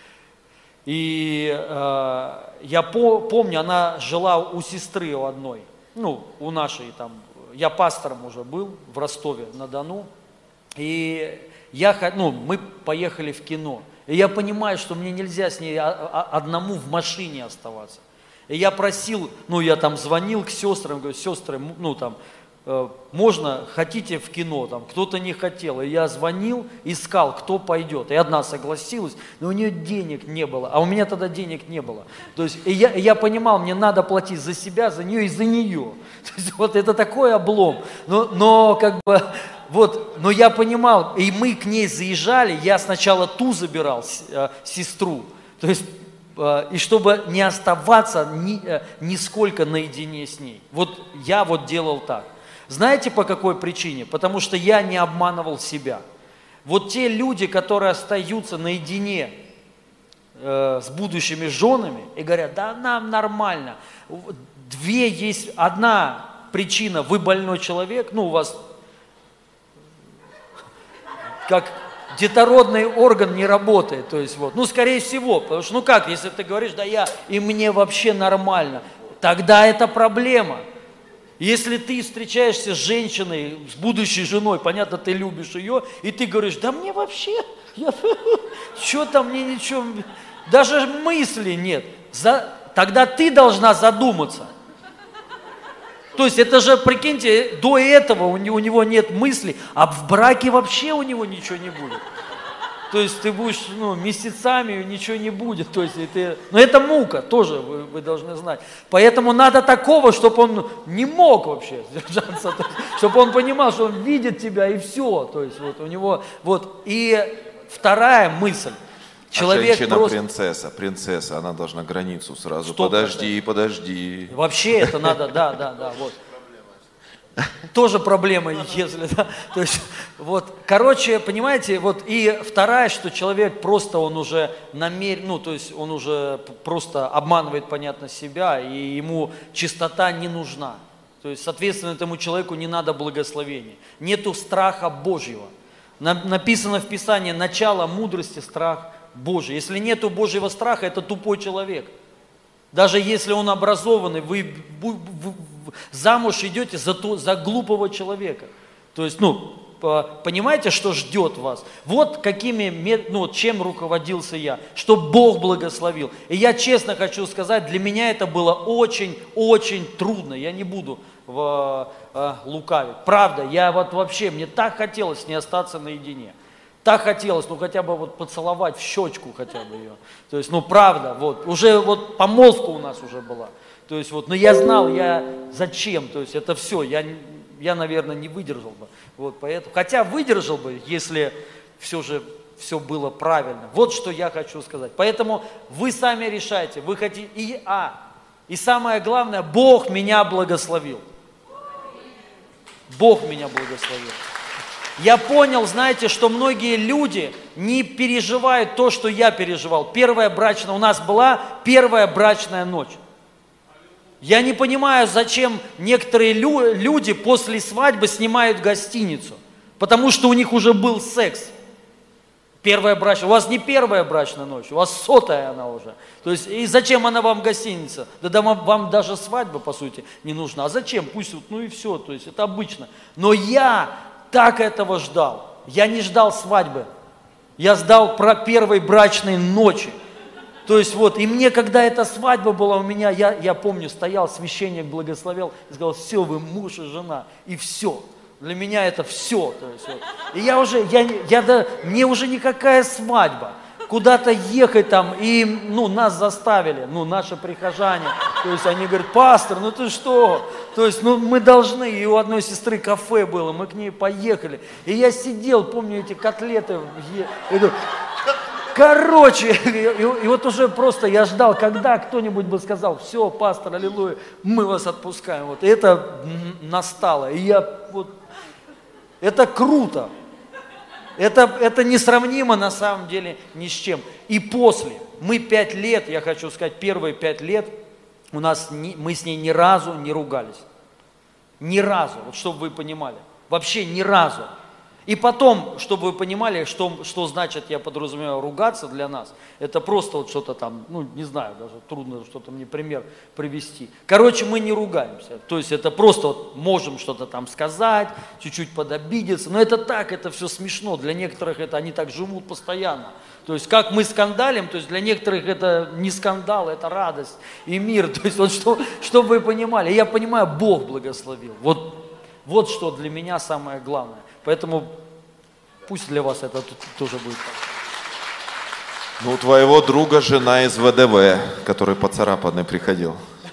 и э, я по, помню, она жила у сестры у одной, ну, у нашей там, я пастором уже был в Ростове-на-Дону. И я, ну, мы поехали в кино. И я понимаю, что мне нельзя с ней одному в машине оставаться. И я просил, ну, я там звонил к сестрам, говорю, сестры, ну, там, э, можно, хотите в кино, там, кто-то не хотел. И я звонил, искал, кто пойдет. И одна согласилась, но у нее денег не было, а у меня тогда денег не было. То есть, и я, и я понимал, мне надо платить за себя, за нее и за нее. То есть, вот это такой облом. Но, но как бы... Вот, но я понимал, и мы к ней заезжали, я сначала ту забирал, э, сестру, то есть, э, и чтобы не оставаться ни, э, нисколько наедине с ней. Вот я вот делал так. Знаете, по какой причине? Потому что я не обманывал себя. Вот те люди, которые остаются наедине э, с будущими женами и говорят, да нам нормально. Две есть, одна причина, вы больной человек, ну у вас... как детородный орган не работает, то есть вот, ну, скорее всего, потому что, ну как, если ты говоришь, да я, и мне вообще нормально, тогда это проблема. Если ты встречаешься с женщиной, с будущей женой, понятно, ты любишь ее, и ты говоришь, да мне вообще, я, что там, мне ничего, даже мысли нет, За, тогда ты должна задуматься. То есть это же, прикиньте, до этого у него, у него нет мыслей, а в браке вообще у него ничего не будет. То есть ты будешь, ну, месяцами, ничего не будет. То есть это, но это мука, тоже вы, вы должны знать. Поэтому надо такого, чтобы он не мог вообще сдержаться, чтобы он понимал, что он видит тебя и все. То есть вот у него, вот. И вторая мысль. Человек а женщина просто... принцесса, принцесса, она должна границу сразу. сто процентов. Подожди, подожди. Вообще это надо, да, да, да, вот. Тоже проблема, если, да. То есть, вот, короче, понимаете, вот, и вторая, что человек просто, он уже намерен, ну, то есть, он уже просто обманывает, понятно, себя, и ему чистота не нужна. То есть, соответственно, этому человеку не надо благословения. Нету страха Божьего. Написано в Писании, начало мудрости – страх Божий. Если нету Божьего страха, это тупой человек. Даже если он образованный, вы замуж идете за, то, за глупого человека. То есть, ну, понимаете, что ждет вас? Вот какими, ну, чем руководился я, что Бог благословил. И я честно хочу сказать, для меня это было очень-очень трудно. Я не буду в, э, лукавить. Правда, я вот вообще, мне так хотелось не остаться наедине. Так хотелось, ну хотя бы вот поцеловать в щечку хотя бы ее. То есть, ну правда, вот, уже вот помолвка у нас уже была. То есть вот, но я знал, я зачем, то есть это все, я, я, наверное, не выдержал бы. Вот поэтому, хотя выдержал бы, если все же все было правильно. Вот что я хочу сказать. Поэтому вы сами решайте, вы хотите, и, а, и самое главное, Бог меня благословил. Бог меня благословил. Я понял, знаете, что многие люди не переживают то, что я переживал. Первая брачная, у нас была первая брачная ночь. Я не понимаю, зачем некоторые лю- люди после свадьбы снимают гостиницу. Потому что у них уже был секс. Первая брачная. У вас не первая брачная ночь, у вас сотая она уже. То есть, и зачем она вам гостиница? Да, да вам, вам даже свадьба, по сути, не нужна. А зачем? Пусть, ну и все, то есть это обычно. Но я так этого ждал. Я не ждал свадьбы. Я ждал про первой брачной ночи. То есть вот, и мне, когда эта свадьба была у меня, я, я помню, стоял, священник благословил и сказал, все, вы муж и жена, и все. Для меня это все. То есть, вот. И я уже, я, я, да, мне уже никакая свадьба. Куда-то ехать там, и ну, нас заставили, ну, наши прихожане. То есть они говорят, пастор, ну ты что? То есть, ну, мы должны, и у одной сестры кафе было, мы к ней поехали. И я сидел, помню, эти котлеты, и говорю, короче, и, и вот уже просто я ждал, когда кто-нибудь бы сказал, все, пастор, аллилуйя, мы вас отпускаем. Вот, и это настало, и я вот, это круто. Это, это несравнимо на самом деле ни с чем. И после, мы пять лет, я хочу сказать, первые пять лет, у нас ни, мы с ней ни разу не ругались. Ни разу, вот чтобы вы понимали. Вообще ни разу. И потом, чтобы вы понимали, что, что значит, я подразумеваю, ругаться для нас, это просто вот что-то там, ну не знаю, даже трудно что-то мне пример привести. Короче, мы не ругаемся, то есть это просто вот можем что-то там сказать, чуть-чуть подобидеться, но это так, это все смешно, для некоторых это они так живут постоянно. То есть как мы скандалим, то есть для некоторых это не скандал, это радость и мир, то есть вот что, чтобы вы понимали, я понимаю, Бог благословил, вот, вот что для меня самое главное. Поэтому пусть для вас это тоже будет так. Ну, у твоего друга жена из вэ дэ вэ, который поцарапанный приходил.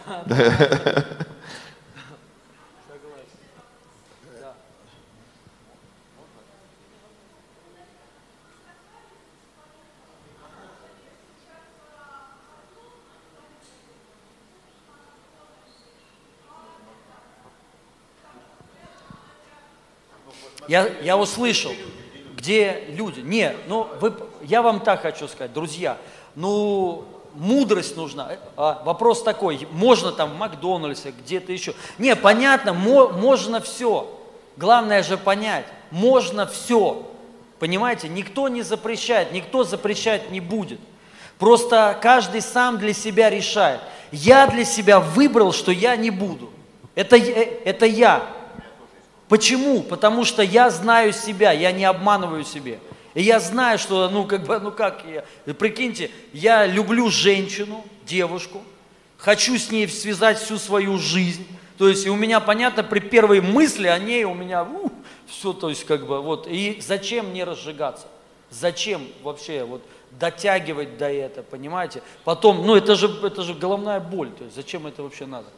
Я, я услышал, где люди. Не, ну вы, я вам так хочу сказать, друзья, ну мудрость нужна. А, вопрос такой, можно там в Макдональдсе, где-то еще. Не, понятно, мо, можно все. Главное же понять, можно все. Понимаете, никто не запрещает, никто запрещать не будет. Просто каждый сам для себя решает. Я для себя выбрал, что я не буду. Это, это я. Почему? Потому что я знаю себя, я не обманываю себе. И я знаю, что, ну, как бы, ну, как я, прикиньте, я люблю женщину, девушку, хочу с ней связать всю свою жизнь. То есть, и у меня, понятно, при первой мысли о ней у меня, ну, все, то есть, как бы, вот. И зачем мне разжигаться? Зачем вообще, вот, дотягивать до этого, понимаете? Потом, ну, это же, это же головная боль, то есть, зачем это вообще надо?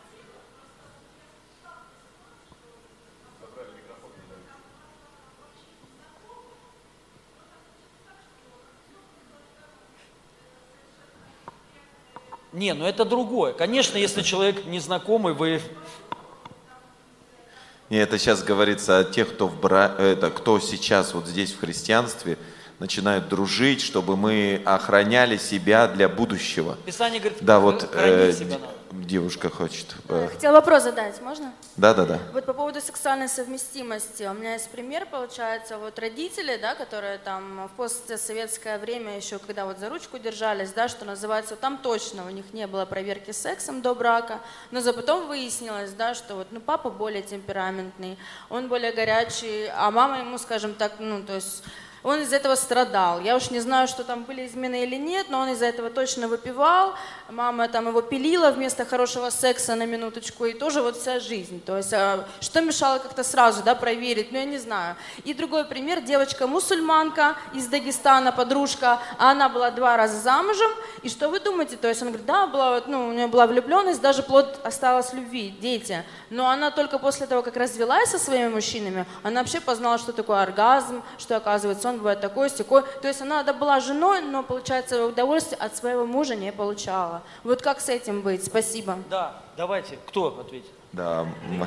Не, ну это другое. Конечно, если человек незнакомый, вы... Не, это сейчас говорится о тех, кто, в бра... это, кто сейчас вот здесь в христианстве начинают дружить, чтобы мы охраняли себя для будущего. Писание говорит, да, вот э, себя надо. Девушка хочет. Хотела вопрос задать, можно? Да, да, да. Вот по поводу сексуальной совместимости. У меня есть пример, получается, вот родители, да, которые там в постсоветское время еще, когда вот за ручку держались, да, что называется, там точно у них не было проверки сексом до брака, но за потом выяснилось, да, что вот, ну, папа более темпераментный, он более горячий, а мама ему, скажем так, ну, то есть... Он из-за этого страдал. Я уж не знаю, что там были измены или нет, но он из-за этого точно выпивал. Мама там его пилила вместо хорошего секса на минуточку, и тоже вот вся жизнь. То есть что мешало как-то сразу, да, проверить, ну я не знаю. И другой пример, девочка-мусульманка из Дагестана, подружка, а она была два раза замужем. И что вы думаете? То есть он говорит, да, была, вот, ну, у нее была влюбленность, даже плод осталось любви, дети. Но она только после того, как развелась со своими мужчинами, она вообще познала, что такое оргазм, что, оказывается, он бывает такой, сякой. То есть она была женой, но, получается, удовольствие от своего мужа не получала. Вот как с этим быть? Спасибо. Да, давайте. Кто ответит? Да,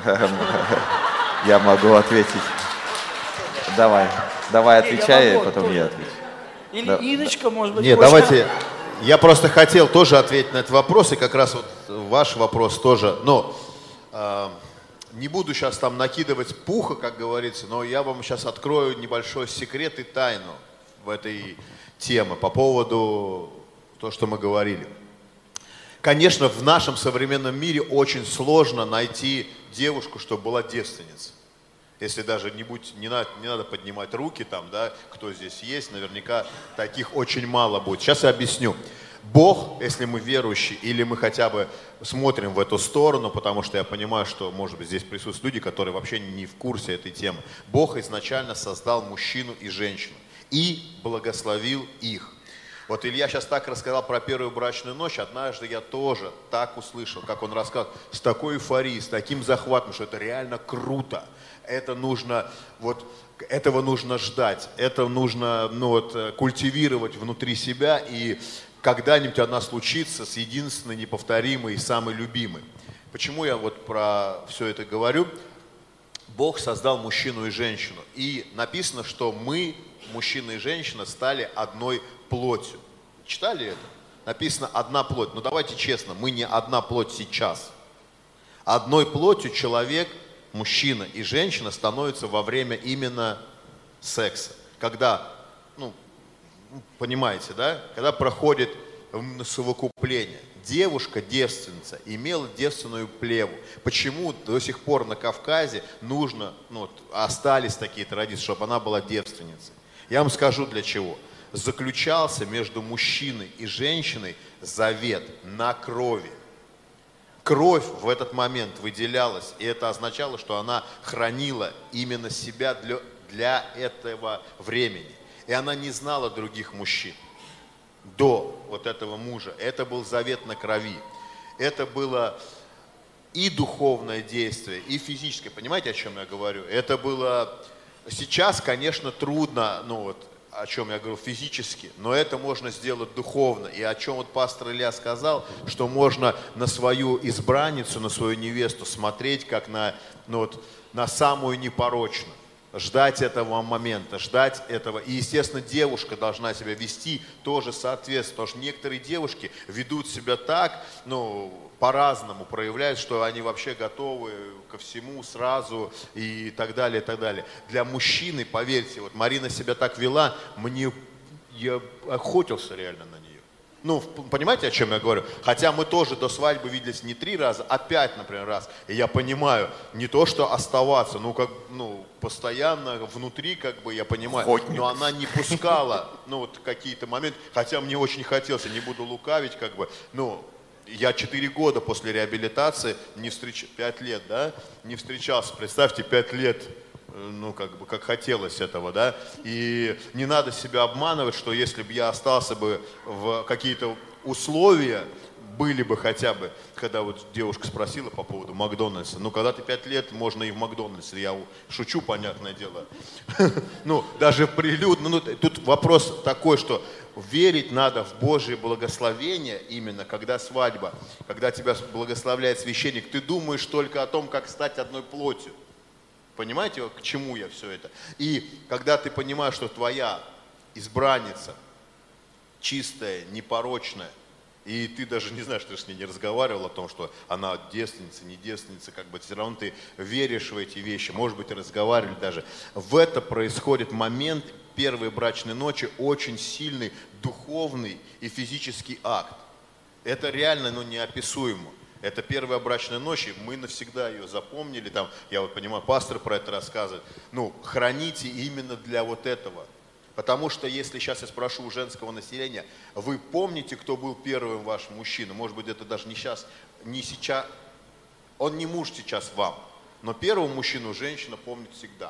я могу ответить. Давай, давай отвечай, потом я отвечу. Или Иночка, может быть. Нет, давайте, я просто хотел тоже ответить на этот вопрос, и как раз вот ваш вопрос тоже, но... Не буду сейчас там накидывать пуха, как говорится, но я вам сейчас открою небольшой секрет и тайну в этой теме по поводу того, что мы говорили. Конечно, в нашем современном мире очень сложно найти девушку, чтобы была девственницей. Если даже не, будь, не, надо, не надо поднимать руки, там, да, кто здесь есть, наверняка таких очень мало будет. Сейчас я объясню. Бог, если мы верующие, или мы хотя бы смотрим в эту сторону, потому что я понимаю, что, может быть, здесь присутствуют люди, которые вообще не в курсе этой темы. Бог изначально создал мужчину и женщину и благословил их. Вот Илья сейчас так рассказал про первую брачную ночь, однажды я тоже так услышал, как он рассказал, с такой эйфорией, с таким захватом, что это реально круто. Это нужно, вот, этого нужно ждать, это нужно ну, вот, культивировать внутри себя, и когда-нибудь она случится с единственной, неповторимой и самой любимой. Почему я вот про все это говорю? Бог создал мужчину и женщину, и написано, что мы, мужчина и женщина, стали одной плотью. Читали это? Написано «одна плоть». Но давайте честно, мы не одна плоть сейчас. Одной плотью человек, мужчина и женщина становятся во время именно секса. Когда, ну, понимаете, да? Когда проходит совокупление. Девушка, девственница, имела девственную плеву. Почему до сих пор на Кавказе нужно, ну, вот, остались такие традиции, чтобы она была девственницей? Я вам скажу для чего. Заключался между мужчиной и женщиной завет на крови. Кровь в этот момент выделялась, и это означало, что она хранила именно себя для, для этого времени. И она не знала других мужчин до вот этого мужа. Это был завет на крови. Это было и духовное действие, и физическое. Понимаете, о чем я говорю? Это было... Сейчас, конечно, трудно, ну вот, о чем я говорю, физически, но это можно сделать духовно. И о чем вот пастор Илья сказал, что можно на свою избранницу, на свою невесту смотреть, как на, ну вот, на самую непорочную. Ждать этого момента, ждать этого. И, естественно, девушка должна себя вести тоже соответственно. Потому что некоторые девушки ведут себя так, ну, по-разному, проявляют, что они вообще готовы ко всему сразу и так далее, и так далее. Для мужчины, поверьте, вот Марина себя так вела, мне, я охотился реально на нее. Ну, понимаете, о чем я говорю? Хотя мы тоже до свадьбы виделись не три раза, а пять, например, раз. И я понимаю, не то, что оставаться, ну, как, ну, постоянно внутри, как бы, я понимаю, Охотник. но она не пускала, ну, вот какие-то моменты, хотя мне очень хотелось, я не буду лукавить, как бы, ну, я четыре года после реабилитации не встречался, пять лет, да, не встречался, представьте, пять лет, ну, как бы, как хотелось этого, да, и не надо себя обманывать, что если бы я остался бы в какие-то условия, были бы хотя бы, когда вот девушка спросила по поводу Макдональдса, ну, когда ты пять лет, можно и в Макдональдсе, я шучу, понятное дело, ну, даже прилюдно, ну, тут вопрос такой, что верить надо в Божье благословение именно, когда свадьба, когда тебя благословляет священник, ты думаешь только о том, как стать одной плотью. Понимаете, к чему я все это? И когда ты понимаешь, что твоя избранница чистая, непорочная, и ты даже не знаешь, ты же с ней не разговаривал о том, что она девственница, не девственница, как бы все равно ты веришь в эти вещи, может быть, и разговаривали даже. В это происходит момент первой брачной ночи, очень сильный духовный и физический акт. Это реально, ну, неописуемо. Это первая брачная ночь, и мы навсегда ее запомнили. Там, я вот понимаю, пастор про это рассказывает. Ну, храните именно для вот этого. Потому что если сейчас я спрошу у женского населения, вы помните, кто был первым ваш мужчина? Может быть, это даже не сейчас, не сейчас, он не муж сейчас вам, но первого мужчину женщина помнит всегда.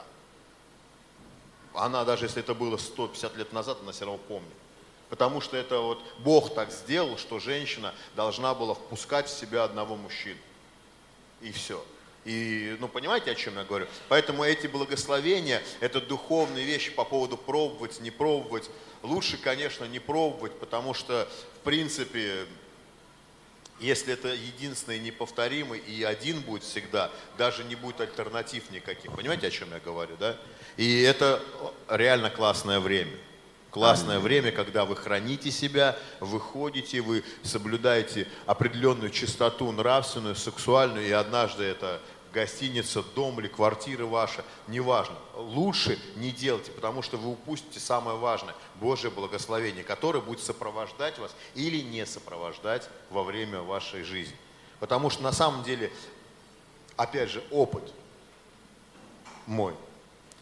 Она, даже если это было сто пятьдесят лет назад, она все равно помнит. Потому что это вот Бог так сделал, что женщина должна была впускать в себя одного мужчину. И все. И, ну, понимаете, о чем я говорю? Поэтому эти благословения, это духовные вещи по поводу пробовать, не пробовать. Лучше, конечно, не пробовать, потому что, в принципе, если это единственный, неповторимый и один будет всегда, даже не будет альтернатив никаких. Понимаете, о чем я говорю, да? И это реально классное время. Классное время, когда вы храните себя, вы ходите, вы соблюдаете определенную чистоту нравственную, сексуальную, и однажды это гостиница, дом или квартира ваша, неважно. Лучше не делайте, потому что вы упустите самое важное, Божье благословение, которое будет сопровождать вас или не сопровождать во время вашей жизни. Потому что на самом деле, опять же, опыт мой.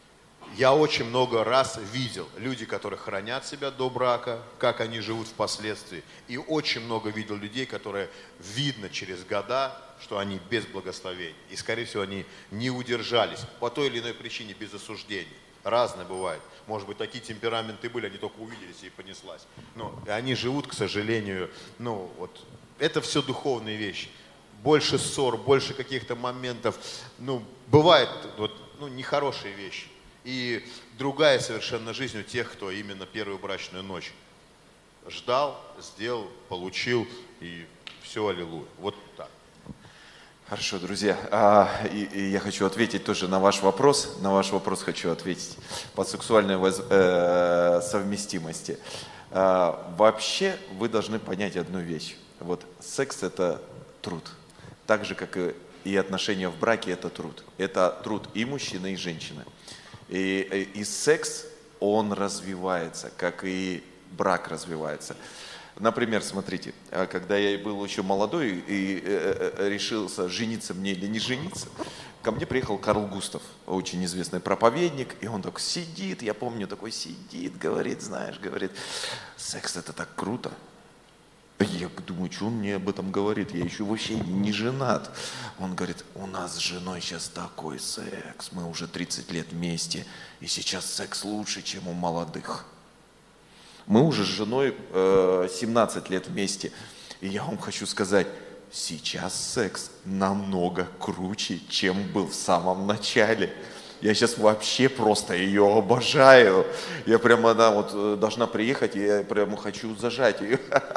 Я очень много раз видел люди, которые хранят себя до брака, как они живут впоследствии. И очень много видел людей, которые видно через года, что они без благословения. И, скорее всего, они не удержались по той или иной причине без осуждения. Разное бывает. Может быть, такие темпераменты были, они только увиделись и понеслась. Но они живут, к сожалению, ну вот, это все духовные вещи. Больше ссор, больше каких-то моментов. Ну, бывает вот, ну, нехорошие вещи. И другая совершенно жизнь у тех, кто именно первую брачную ночь ждал, сделал, получил, и все, аллилуйя. Вот так. Хорошо, друзья, а, и, и я хочу ответить тоже на ваш вопрос. На ваш вопрос хочу ответить по сексуальной воз, э, совместимости. А, вообще вы должны понять одну вещь. Вот секс – это труд. Так же, как и, и отношения в браке – это труд. Это труд и мужчины, и женщины. И, и, и секс, он развивается, как и брак развивается. Например, смотрите, когда я был еще молодой и решился, жениться мне или не жениться, ко мне приехал Карл Густав, очень известный проповедник, и он так сидит, я помню, такой сидит, говорит, знаешь, говорит, секс это так круто. Я думаю, что он мне об этом говорит, я еще вообще не женат. Он говорит, у нас с женой сейчас такой секс, мы уже тридцать лет вместе, и сейчас секс лучше, чем у молодых. Мы уже с женой э, семнадцать лет вместе, и я вам хочу сказать, сейчас секс намного круче, чем был в самом начале. Я сейчас вообще просто ее обожаю. Я прямо, она вот должна приехать, и я прямо хочу зажать ее.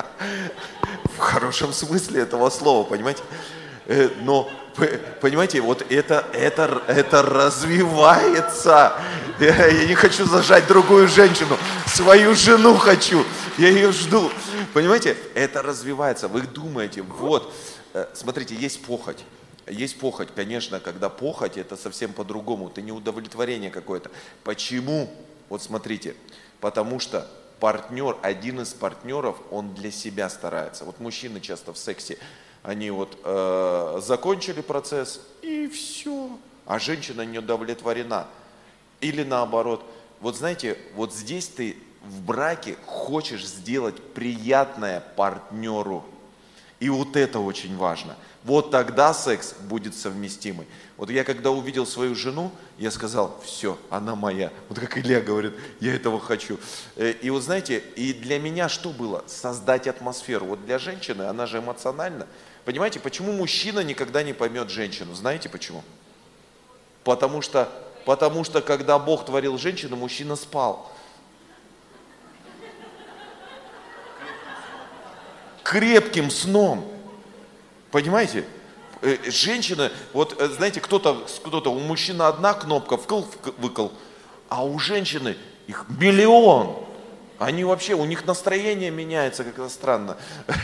В хорошем смысле этого слова, понимаете? Но, понимаете, вот это, это, это развивается. Я, я не хочу зажать другую женщину, свою жену хочу. Я ее жду. Понимаете, это развивается. Вы думаете, вот, смотрите, есть похоть. Есть похоть, конечно, когда похоть, это совсем по-другому, это неудовлетворение какое-то. Почему? Вот смотрите, потому что партнер, один из партнеров, он для себя старается. Вот мужчины часто в сексе, они вот э, закончили процесс и все, а женщина не удовлетворена. Или наоборот, вот знаете, вот здесь ты в браке хочешь сделать приятное партнеру. И вот это очень важно. Вот тогда секс будет совместимый. Вот я когда увидел свою жену, я сказал, все, она моя. Вот как Илья говорит, я этого хочу. И вот знаете, и для меня что было? Создать атмосферу. Вот для женщины, она же эмоциональна. Понимаете, почему мужчина никогда не поймет женщину? Знаете почему? Потому что, потому что когда Бог творил женщину, мужчина спал. Крепким сном. Понимаете? Женщина, вот знаете, кто-то, кто-то, у мужчины одна кнопка, вкл-выкл, а у женщины их миллион. Они вообще, у них настроение меняется, как-то странно.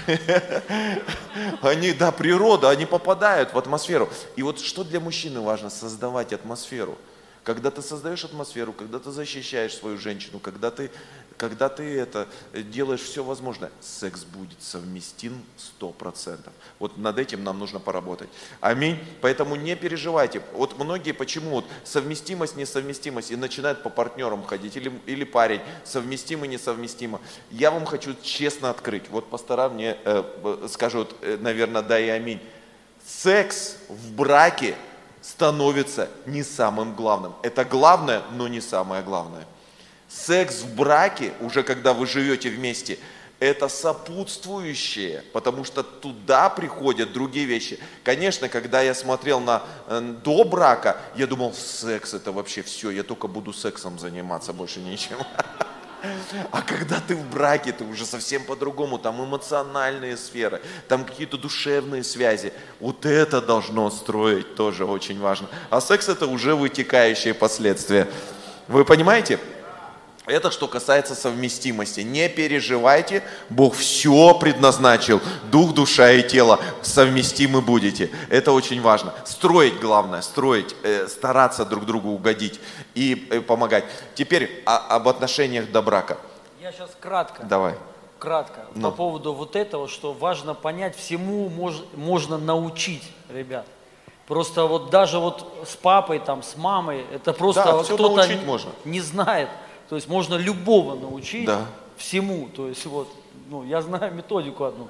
Они, да, природа, они попадают в атмосферу. И вот что для мужчины важно? Создавать атмосферу. Когда ты создаешь атмосферу, когда ты защищаешь свою женщину, когда ты, когда ты это делаешь все возможное, секс будет совместим сто процентов. Вот над этим нам нужно поработать. Аминь. Поэтому не переживайте. Вот многие почему вот совместимость, несовместимость и начинают по партнерам ходить, или, или парень, совместимо, несовместимо. Я вам хочу честно открыть. Вот пастора мне э, скажут, э, наверное, да и аминь. Секс в браке становится не самым главным. Это главное, но не самое главное. Секс в браке, уже когда вы живете вместе, это сопутствующее, потому что туда приходят другие вещи. Конечно, когда я смотрел на э, до брака, я думал, секс это вообще все, я только буду сексом заниматься, больше ничем. А когда ты в браке, ты уже совсем по-другому, там эмоциональные сферы, там какие-то душевные связи. Вот это должно строить тоже очень важно. А секс это уже вытекающие последствия. Вы понимаете? Это что касается совместимости. Не переживайте, Бог все предназначил. Дух, душа и тело совместимы будете. Это очень важно. Строить главное, строить, э, стараться друг другу угодить и э, помогать. Теперь о, об отношениях до брака. Я сейчас кратко. Давай. Кратко. Ну. По поводу вот этого, что важно понять, всему мож, можно научить, ребят. Просто вот даже вот с папой, там, с мамой, это просто Да, вот всё кто-то научить можно. не знает. То есть можно любого научить Да. всему. То есть вот, ну, я знаю методику одну.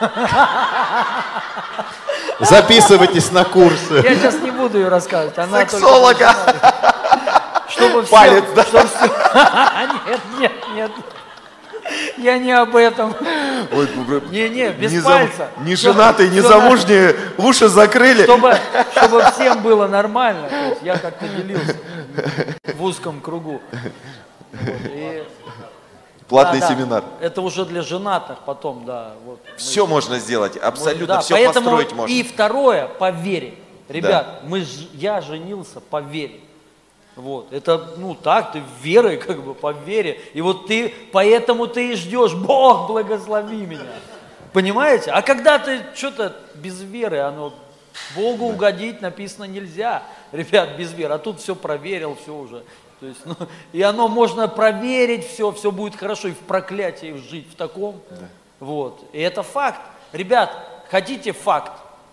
Записывайтесь на курсы. Я сейчас не буду ее рассказывать. Она только Сексолога. Чтобы всем, Палец, да? чтобы всем- Нет, нет, нет. Я не об этом. Ой, Не-не, без не зам- пальца. Не Всё- женатые, не всё замужние, уши закрыли. Чтобы, чтобы всем было нормально. То есть я как-то делился в узком кругу. Вот, и- Платный да, да, семинар. Это уже для женатых потом, да. Вот, мы- Все можно сделать, абсолютно да, все поэтому построить можно. И второе, по вере. Ребят, мы, ж- я женился по вере. Вот, это, ну так, ты верой, как бы, по вере. И вот ты, поэтому ты и ждешь, Бог, благослови меня. Понимаете? А когда ты что-то без веры, оно, Богу угодить написано нельзя, ребят, без веры. А тут все проверил, все уже. То есть, ну, и оно можно проверить, все, все будет хорошо, и в проклятии жить в таком. Вот, и это факт. Ребят, хотите факт?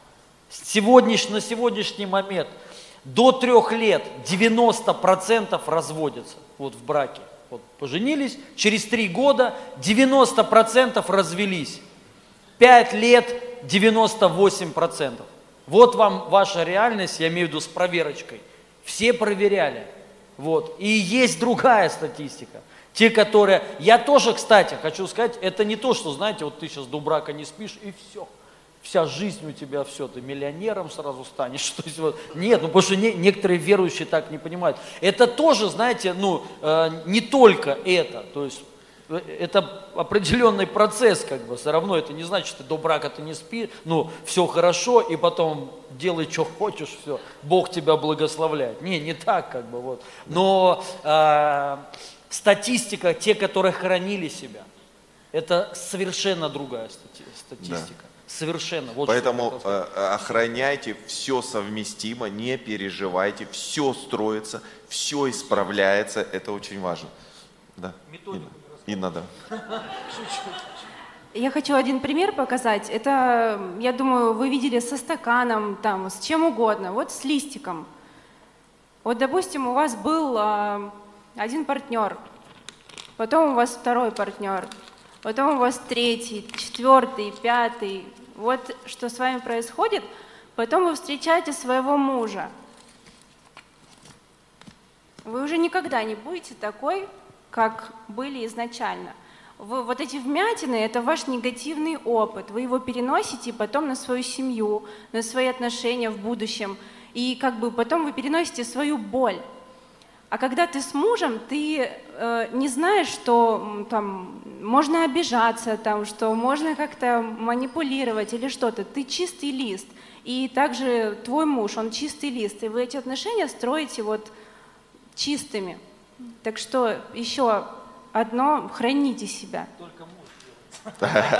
Сегодняш, на сегодняшний момент до трех лет девяносто процентов разводятся вот в браке. Вот поженились, через три года девяносто процентов развелись. пять лет девяносто восемь процентов. Вот вам ваша реальность, я имею в виду с проверочкой. Все проверяли. Вот. И есть другая статистика. Те, которые... Я тоже, кстати, хочу сказать, это не то, что, знаете, вот ты сейчас до брака не спишь, и все. Вся жизнь у тебя, все, ты миллионером сразу станешь. То есть, вот, нет, ну потому что не, некоторые верующие так не понимают. Это тоже, знаете, ну, э, не только это. То есть э, это определенный процесс, как бы, все равно это не значит, что до брака ты не спишь, ну, все хорошо, и потом делай, что хочешь, все, Бог тебя благословляет. Не, не так, как бы, вот. Но э, статистика, те, которые хранили себя, это совершенно другая стати- статистика. Да. Совершенно. Вот Поэтому э, охраняйте, все совместимо, не переживайте, все строится, все исправляется, это очень важно. Да. Инна, Инна, да. Я хочу один пример показать. Это, я думаю, вы видели со стаканом, там, с чем угодно. Вот с листиком. Вот, допустим, у вас был а, один партнер, потом у вас второй партнер, потом у вас третий, четвертый, пятый. Вот что с вами происходит. Потом вы встречаете своего мужа. Вы уже никогда не будете такой, как были изначально. Вы, вот эти вмятины – это ваш негативный опыт. Вы его переносите потом на свою семью, на свои отношения в будущем. И как бы потом вы переносите свою боль. А когда ты с мужем, ты э, не знаешь, что там можно обижаться, там, что можно как-то манипулировать или что-то. Ты чистый лист. И также твой муж, он чистый лист. И вы эти отношения строите вот чистыми. Так что еще одно, храните себя. Только муж.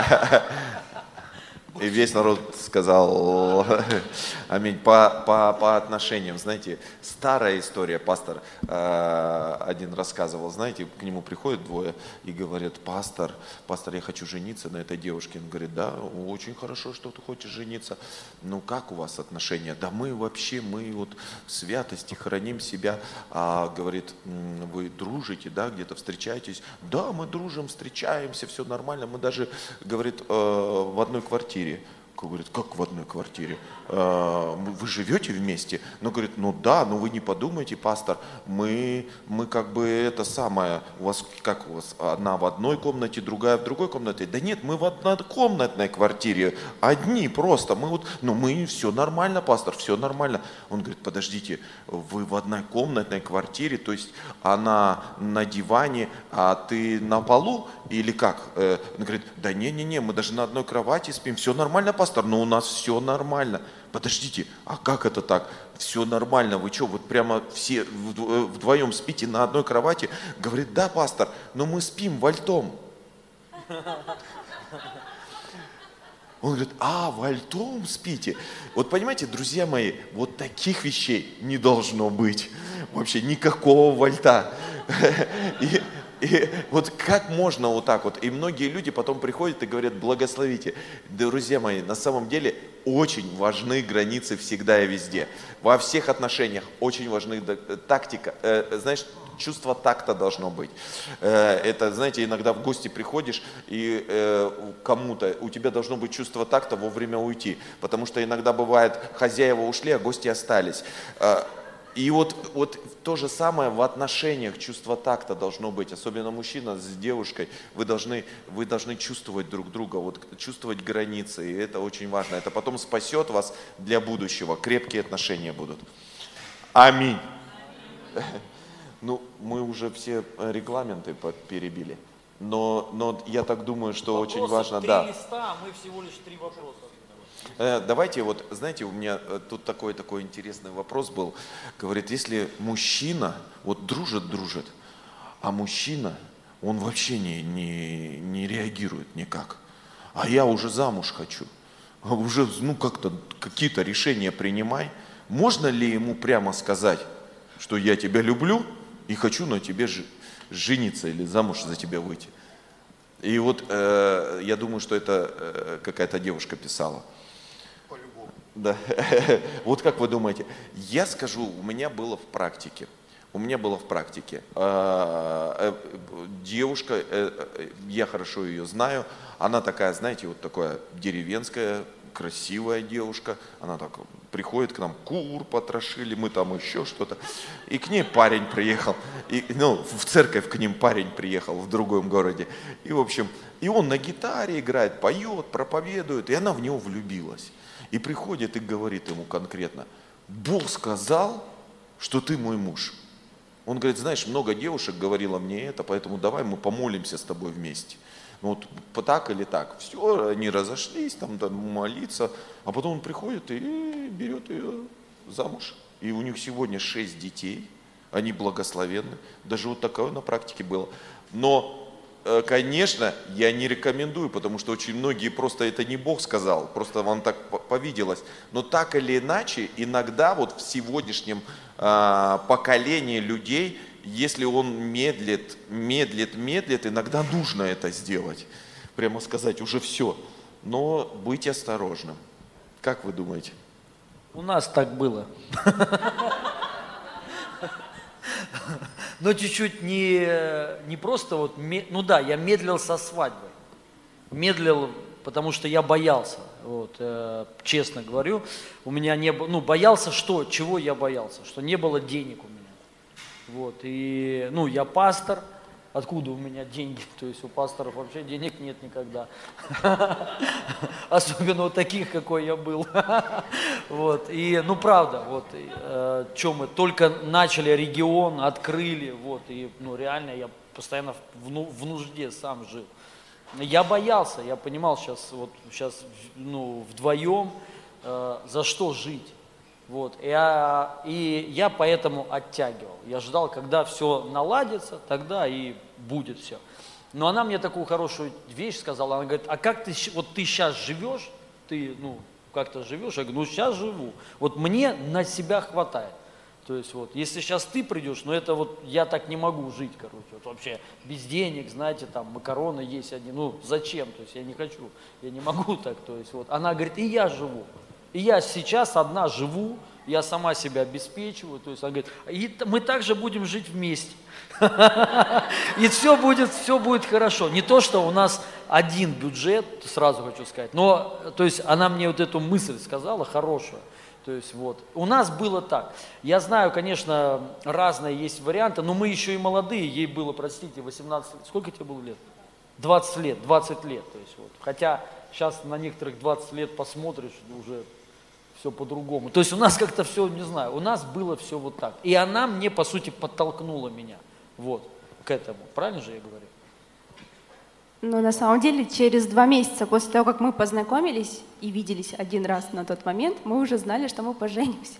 И весь народ сказал аминь. По, по, по отношениям, знаете, старая история, пастор э, один рассказывал, знаете, к нему приходят двое и говорят: пастор, пастор, я хочу жениться на этой девушке. Он говорит: да, очень хорошо, что ты хочешь жениться. Ну как у вас отношения? Да мы вообще, мы вот в святости храним себя. А, говорит: вы дружите, да, где-то встречаетесь? Да, мы дружим, встречаемся, все нормально. Мы даже, говорит, э, в одной квартире. Говорит: как в одной квартире? Вы живете вместе? Ну, говорит: ну да, но вы не подумайте, пастор, мы, мы как бы это самое, у вас, как у вас, одна в одной комнате, другая в другой комнате? Да нет, мы в однокомнатной квартире, одни просто, мы вот, ну мы, все нормально, пастор, все нормально. Он говорит: подождите, вы в однокомнатной квартире, то есть она на диване, а ты на полу или как? Он говорит: да не-не-не, мы даже на одной кровати спим, все нормально, пастор, но у нас все нормально. Подождите, а как это так? Все нормально, вы что, вот прямо все вдвоем спите на одной кровати? Говорит: да, пастор, но мы спим вальтом. Он говорит: а, вальтом спите? Вот понимаете, друзья мои, вот таких вещей не должно быть. Вообще никакого вальта. И, и, И вот как можно вот так вот? И многие люди потом приходят и говорят, благословите. Друзья мои, на самом деле очень важны границы всегда и везде. Во всех отношениях очень важны тактика. Э, знаешь, чувство такта должно быть. Э, это, знаете, иногда в гости приходишь, и э, кому-то, у тебя должно быть чувство такта вовремя уйти. Потому что иногда бывает, хозяева ушли, а гости остались. Э, И вот, вот то же самое в отношениях, чувство такта должно быть, особенно мужчина с девушкой, вы должны, вы должны чувствовать друг друга, вот, чувствовать границы, и это очень важно. Это потом спасет вас для будущего, крепкие отношения будут. Аминь. Ну, мы уже все регламенты перебили, но, но я так думаю, что Вопросов очень важно. Три да. листа, а мы всего лишь три вопроса. Давайте вот, знаете, у меня тут такой, такой интересный вопрос был. Говорит, если мужчина, вот дружит, дружит, а мужчина, он вообще не, не, не реагирует никак. А я уже замуж хочу. А уже, ну, как-то какие-то решения принимай. Можно ли ему прямо сказать, что я тебя люблю и хочу на тебе жениться или замуж за тебя выйти? И вот э, я думаю, что это э, какая-то девушка писала. Да. Вот как вы думаете? Я скажу, у меня было в практике. У меня было в практике. Девушка, я хорошо ее знаю, она такая, знаете, вот такая деревенская, красивая девушка. Она так приходит к нам, кур потрошили, мы там еще что-то. И к ней парень приехал. И, ну, в церковь к ним парень приехал в другом городе. И, в общем, и он на гитаре играет, поет, проповедует, и она в него влюбилась. И приходит и говорит ему конкретно, Бог сказал, что ты мой муж. Он говорит, знаешь, много девушек говорило мне это, поэтому давай мы помолимся с тобой вместе. Ну вот так или так. Все, они разошлись, там, там молиться, а потом он приходит и берет ее замуж. И у них сегодня шесть детей, они благословенны. Даже вот такое на практике было. Но конечно, я не рекомендую, потому что очень многие просто это не Бог сказал, просто вам так повиделось. Но так или иначе, иногда вот в сегодняшнем э, поколении людей, если он медлит, медлит, медлит, иногда нужно это сделать. Прямо сказать, уже все. Но быть осторожным. Как вы думаете? У нас так было. Но чуть-чуть не, не просто вот, ну да, я медлил со свадьбой. Медлил, потому что я боялся, вот, э, честно говорю. У меня не было, ну боялся что, чего я боялся? Что не было денег у меня. Вот, и, ну я пастор, откуда у меня деньги? То есть у пасторов вообще денег нет никогда. Особенно у таких, какой я был. Вот, и, ну правда, вот, э, что мы только начали регион, открыли, вот, и, ну реально я постоянно в, ну, в нужде сам жил. Я боялся, я понимал сейчас, вот, сейчас, ну, вдвоем, э, за что жить. Вот, и, я, и я поэтому оттягивал. Я ждал, когда все наладится, тогда и будет все. Но она мне такую хорошую вещь сказала. Она говорит, а как ты, вот ты сейчас живешь, ты, ну, как-то живешь? Я говорю, ну, сейчас живу. Вот мне на себя хватает. То есть вот, если сейчас ты придешь, ну, это вот, я так не могу жить, короче. Вот вообще без денег, знаете, там, макароны есть одни. Ну, зачем? То есть я не хочу, я не могу так. То есть вот, она говорит, и я живу. И я сейчас одна живу, я сама себя обеспечиваю, то есть она говорит, и мы также будем жить вместе. И все будет, все будет хорошо. Не то, что у нас один бюджет, сразу хочу сказать, но, то есть она мне вот эту мысль сказала, хорошую. То есть вот, у нас было так. Я знаю, конечно, разные есть варианты, но мы еще и молодые, ей было, простите, восемнадцать, сколько тебе было лет? двадцать лет, двадцать лет, то есть вот. Хотя сейчас на некоторых двадцать лет посмотришь, уже все по-другому. То есть у нас как-то все, не знаю, у нас было все вот так. И она мне, по сути, подтолкнула меня вот к этому. Правильно же я говорю? Ну, на самом деле, через два месяца после того, как мы познакомились и виделись один раз на тот момент, мы уже знали, что мы поженимся.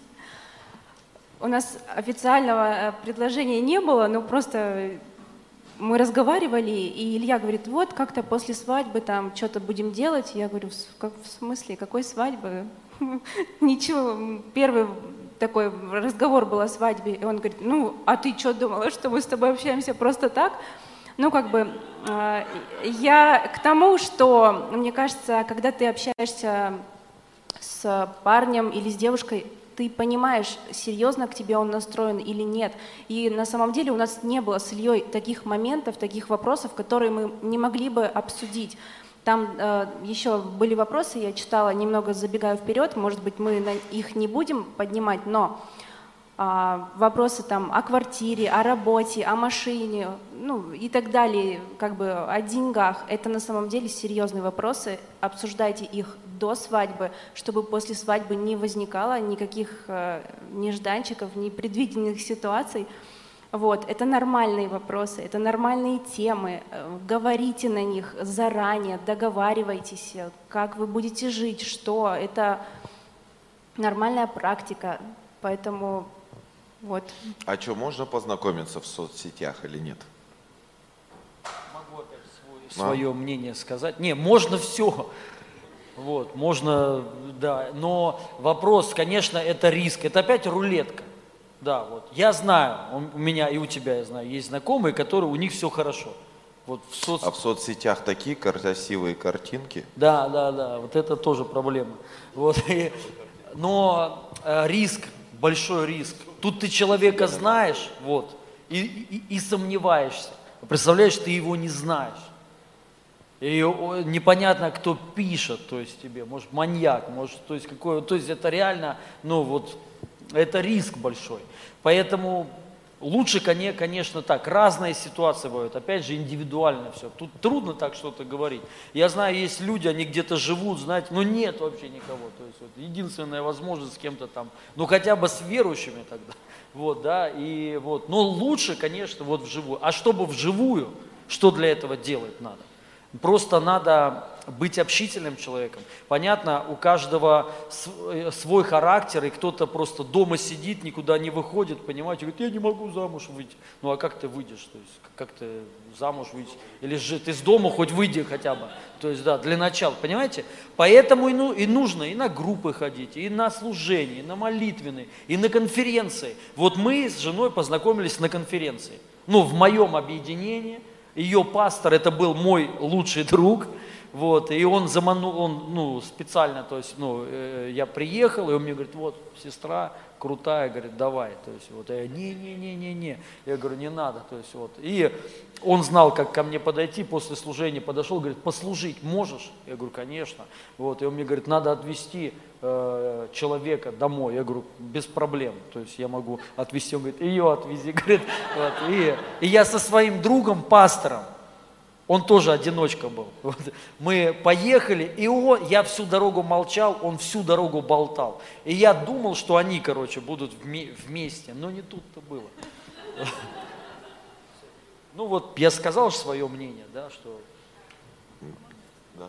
У нас официального предложения не было, но просто мы разговаривали, и Илья говорит, вот как-то после свадьбы там что-то будем делать. Я говорю, как, в смысле, какой свадьбы? Ничего, первый такой разговор был о свадьбе, и он говорит, ну, а ты что думала, что мы с тобой общаемся просто так? Ну, как бы, э, я к тому, что, мне кажется, когда ты общаешься с парнем или с девушкой, ты понимаешь, серьезно к тебе он настроен или нет. И на самом деле у нас не было с Ильей таких моментов, таких вопросов, которые мы не могли бы обсудить. Там э, еще были вопросы, я читала, немного забегаю вперед, может быть, мы на их не будем поднимать, но а, вопросы там о квартире, о работе, о машине, ну и так далее, как бы о деньгах. Это на самом деле серьезные вопросы. Обсуждайте их до свадьбы, чтобы после свадьбы не возникало никаких э, нежданчиков, непредвиденных ситуаций. Вот, это нормальные вопросы, это нормальные темы. Говорите на них заранее, договаривайтесь, как вы будете жить, что. Это нормальная практика, поэтому вот. А что, можно познакомиться в соцсетях или нет? Могу опять свой, свое А? мнение сказать. Не, можно все. Вот, можно, да. Но вопрос, конечно, это риск. Это опять рулетка. Да, вот. Я знаю, у меня и у тебя, я знаю, есть знакомые, которые, у них все хорошо. Вот в соц... А в соцсетях такие красивые картинки. Да, да, да, вот это тоже проблема. Вот. И, но э, риск, большой риск. Тут ты человека знаешь, вот, и, и, и сомневаешься. Представляешь, ты его не знаешь. И непонятно, кто пишет, то есть тебе, может, маньяк, может, то есть какой, то есть это реально, ну вот, это риск большой. Поэтому лучше, конечно, так, разные ситуации бывают, опять же, индивидуально все. Тут трудно так что-то говорить. Я знаю, есть люди, они где-то живут, знаете, но нет вообще никого. То есть вот, единственная возможность с кем-то там, ну хотя бы с верующими тогда. Вот, да, и вот. Но лучше, конечно, вот вживую. А чтобы вживую, что для этого делать надо? Просто надо быть общительным человеком. Понятно, у каждого свой характер, и кто-то просто дома сидит, никуда не выходит, понимаете, говорит, я не могу замуж выйти. Ну а как ты выйдешь? То есть, как ты замуж выйти? Или же ты с дома хоть выйди хотя бы. То есть, да, для начала, понимаете? Поэтому и, ну, и нужно и на группы ходить, и на служение, и на молитвенные, и на конференции. Вот мы с женой познакомились на конференции. Ну, в моем объединении. Ее пастор, это был мой лучший друг, вот, и он заманул, он, ну, специально, то есть, ну, э, я приехал, и он мне говорит, вот, сестра крутая, говорит, давай, то есть, вот, я, не-не-не-не-не, я говорю, не надо, то есть, вот, и он знал, как ко мне подойти, после служения подошел, говорит, послужить можешь? Я говорю, конечно, вот, и он мне говорит, надо отвезти э, человека домой, я говорю, без проблем, то есть, я могу отвезти, он говорит, ее отвези, говорит, вот, и, и я со своим другом, пастором, он тоже одиночка был. Вот. Мы поехали, и он, я всю дорогу молчал, он всю дорогу болтал. И я думал, что они, короче, будут вме- вместе, но не тут-то было. Ну вот, я сказал же свое мнение, да, что... Да.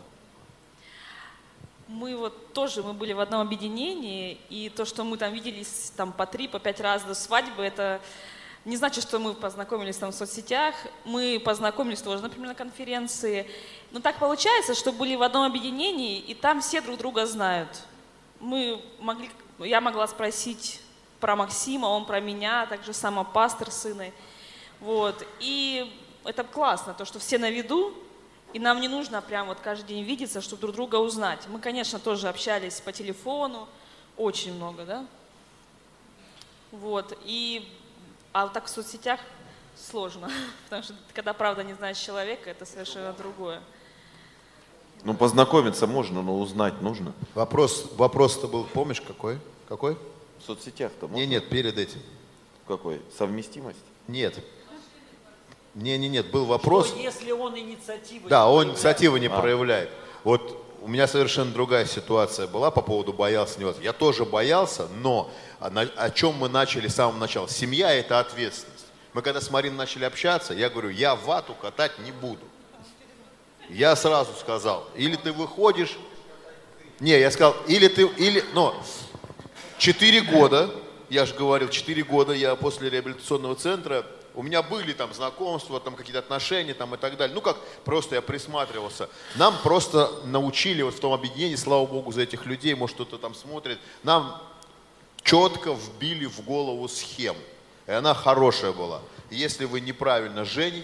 Мы вот тоже, мы были в одном объединении, и то, что мы там виделись там по три, по пять раз до свадьбы, это... Не значит, что мы познакомились там в соцсетях, мы познакомились тоже, например, на конференции. Но так получается, что были в одном объединении, и там все друг друга знают. Мы могли, я могла спросить про Максима, он про меня, также сама пастор с сыном. Вот. И это классно, то, что все на виду, и нам не нужно прям вот каждый день видеться, чтобы друг друга узнать. Мы, конечно, тоже общались по телефону, очень много, да? Вот. И... А вот так в соцсетях сложно, потому что когда правда не знаешь человека, это совершенно другое. Ну, познакомиться можно, но узнать нужно. Вопрос, вопрос-то был, помнишь, какой? Какой? В соцсетях-то можно? Не, нет, перед этим. Какой? Совместимость? Нет. Не, не, нет, был вопрос. Что, если он инициативу Да, не он проявляет? инициативу не А. проявляет. Вот у меня совершенно другая ситуация была по поводу боялся, не боялся. Я тоже боялся, но на- о чем мы начали с самого начала? Семья – это ответственность. Мы когда с Мариной начали общаться, я говорю, я вату катать не буду. Я сразу сказал, или ты выходишь, не, я сказал, или ты, или, ну, четыре года, я же говорил, четыре года я после реабилитационного центра, у меня были там знакомства, там какие-то отношения там и так далее. Ну как, просто я присматривался. Нам просто научили вот в том объединении, слава богу, за этих людей, может кто-то там смотрит, нам четко вбили в голову схему. И она хорошая была. Если вы неправильно женитесь,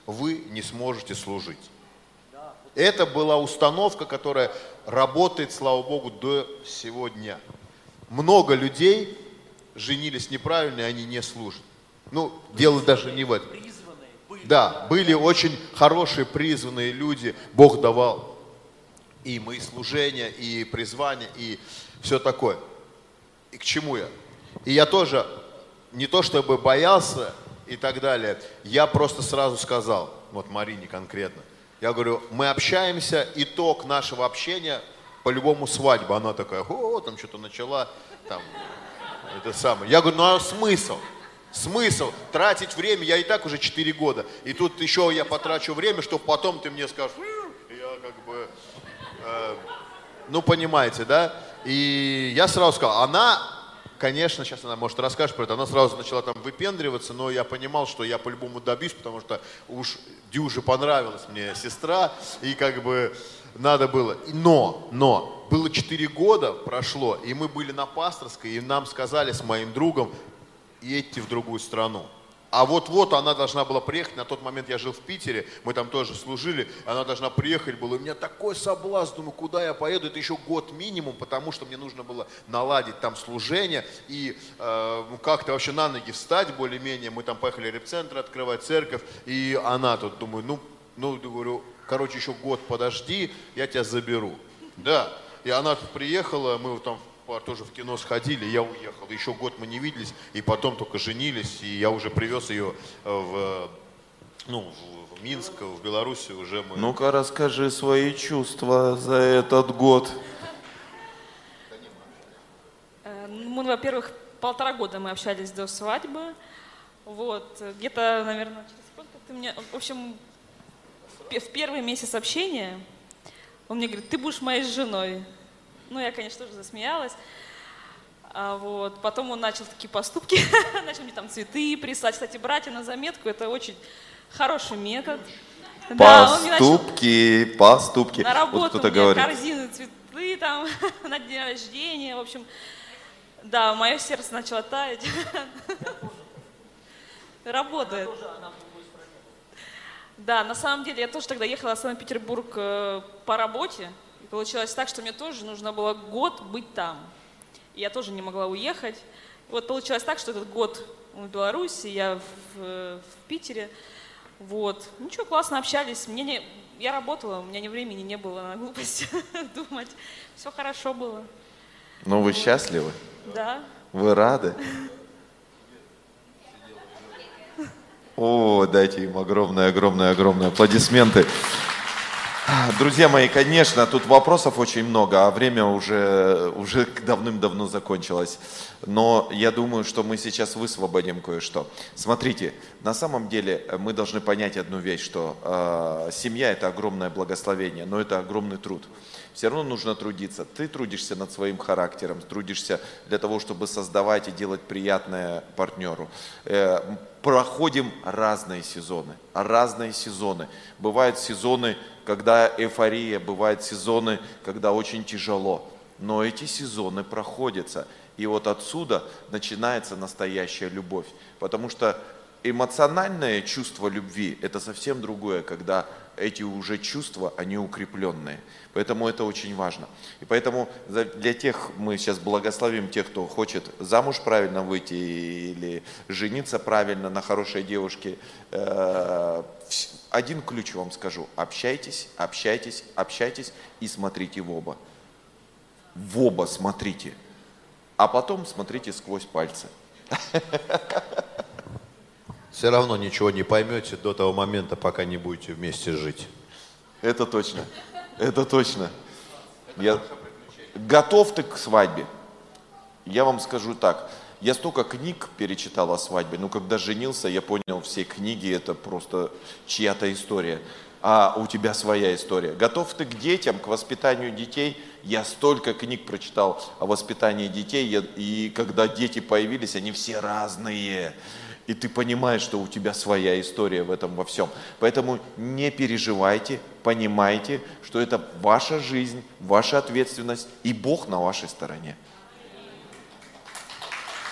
вы не сможете служить. Это была установка, которая работает, слава Богу, до сегодня. Много людей женились неправильно, и они не служат. Ну, дело даже не в этом. Да, были очень хорошие призванные люди, Бог давал им и служение, и призвание, и все такое. И к чему я? И я тоже не то чтобы боялся и так далее, я просто сразу сказал, вот Марине конкретно, я говорю, мы общаемся, итог нашего общения по-любому свадьба. Она такая, о, там что-то начала, там, это самое. Я говорю, ну а смысл? Смысл тратить время, я и так уже четыре года, и тут еще я потрачу время, чтобы потом ты мне скажешь, я как бы, э, ну понимаете, да? И я сразу сказал, она, конечно, сейчас она может расскажет про это, она сразу начала там выпендриваться, но я понимал, что я по-любому добьюсь, потому что уж дюже понравилась мне сестра, и как бы надо было. Но, но, было четыре года прошло, и мы были на Пасторской, и нам сказали с моим другом, едьте в другую страну. А вот-вот она должна была приехать, на тот момент я жил в Питере, мы там тоже служили, она должна приехать была, у меня такой соблазн, думаю, куда я поеду, это еще год минимум, потому что мне нужно было наладить там служение и э, как-то вообще на ноги встать более-менее, мы там поехали репцентр открывать, церковь, и она тут, думаю, ну, ну, говорю, короче, еще год подожди, я тебя заберу. Да, и она тут приехала, мы там тоже в кино сходили, я уехал. Еще год мы не виделись, и потом только женились, и я уже привез ее в, ну, в Минск, в Беларусь уже мы... Ну-ка расскажи свои чувства за этот год. Мы, во-первых, полтора года мы общались до свадьбы. Вот, где-то, наверное, через сколько ты мне... В общем, в первый месяц общения он мне говорит, ты будешь моей женой. Ну, я, конечно, тоже засмеялась. А вот. Потом он начал такие поступки, начал мне там цветы прислать. Кстати, братья на заметку, это очень хороший метод. Поступки, да, поступки. На работу вот у меня говорит. корзины, цветы там, на день рождения. В общем, да, мое сердце начало таять. Работает. Да, на самом деле, я тоже тогда ехала в Санкт-Петербург по работе. И получилось так, что мне тоже нужно было год быть там. И я тоже не могла уехать. И вот получилось так, что этот год в Беларуси, я в, в Питере. Вот. Ничего, классно общались. Мне не, я работала, у меня ни времени не было на глупость думать. Все хорошо было. Ну, вы счастливы? Да. Вы рады? О, дайте им огромные-огромные-огромные аплодисменты. Друзья мои, конечно, тут вопросов очень много, а время уже, уже давным-давно закончилось. Но я думаю, что мы сейчас высвободим кое-что. Смотрите, на самом деле мы должны понять одну вещь, что э, семья – это огромное благословение, но это огромный труд. Все равно нужно трудиться. Ты трудишься над своим характером, трудишься для того, чтобы создавать и делать приятное партнеру. Э, проходим разные сезоны, разные сезоны. Бывают сезоны, когда эйфория, бывают сезоны, когда очень тяжело. Но эти сезоны проходятся. И вот отсюда начинается настоящая любовь. Потому что эмоциональное чувство любви – это совсем другое, когда эти уже чувства, они укрепленные. Поэтому это очень важно. И поэтому для тех, мы сейчас благословим тех, кто хочет замуж правильно выйти или жениться правильно на хорошей девушке. Один ключ вам скажу. Общайтесь, общайтесь, общайтесь и смотрите в оба. В оба смотрите. А потом смотрите сквозь пальцы. Все равно ничего не поймете до того момента, пока не будете вместе жить. Это точно. Это точно. Я... Готов ты к свадьбе? Я вам скажу так. Я столько книг перечитал о свадьбе, но когда женился, я понял, все книги это просто чья-то история. А у тебя своя история. Готов ты к детям, к воспитанию детей? Я столько книг прочитал о воспитании детей, и когда дети появились, они все разные. И ты понимаешь, что у тебя своя история в этом во всем. Поэтому не переживайте, понимайте, что это ваша жизнь, ваша ответственность, и Бог на вашей стороне.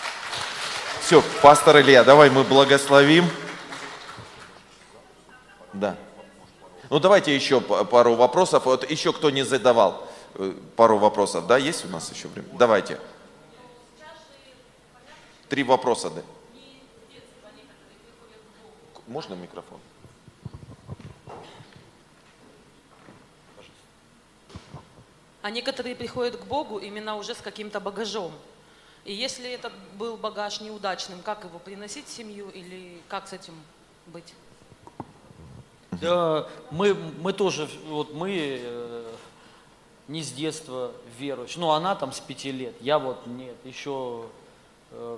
Все, пастор Илья, давай мы благословим. Да. Ну давайте еще пару вопросов. Вот еще кто не задавал пару вопросов, да, есть у нас еще время? Давайте. Три вопроса, да. Можно микрофон? А некоторые приходят к Богу именно уже с каким-то багажом. И если этот был багаж неудачным, как его приносить в семью или как с этим быть? Да, мы, мы тоже, вот мы э, не с детства верующие. Ну, она там с пяти лет, я вот нет, еще э,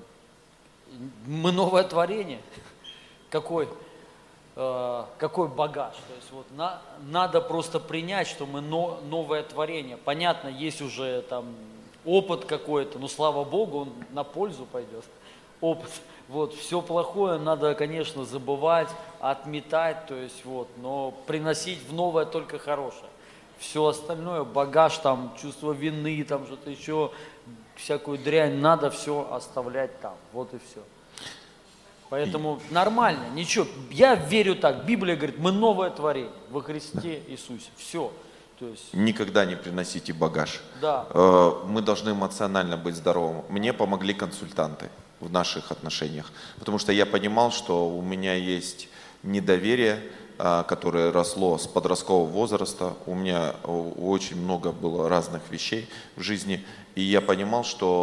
мы новое творение. Какой, э, какой багаж? То есть вот на, надо просто принять, что мы но, новое творение. Понятно, есть уже там опыт какой-то, но слава Богу, он на пользу пойдет. Опыт. Вот, все плохое надо, конечно, забывать, отметать, то есть вот, но приносить в новое только хорошее. Все остальное, багаж, там, чувство вины, там что-то еще, всякую дрянь, надо все оставлять там. Вот и все. Поэтому нормально, ничего. Я верю так, Библия говорит, мы новое творение во Христе Иисусе. Все. То есть... Никогда не приносите багаж. Да. Мы должны эмоционально быть здоровым. Мне помогли консультанты в наших отношениях, потому что я понимал, что у меня есть недоверие, которое росло с подросткового возраста. У меня очень много было разных вещей в жизни, и я понимал,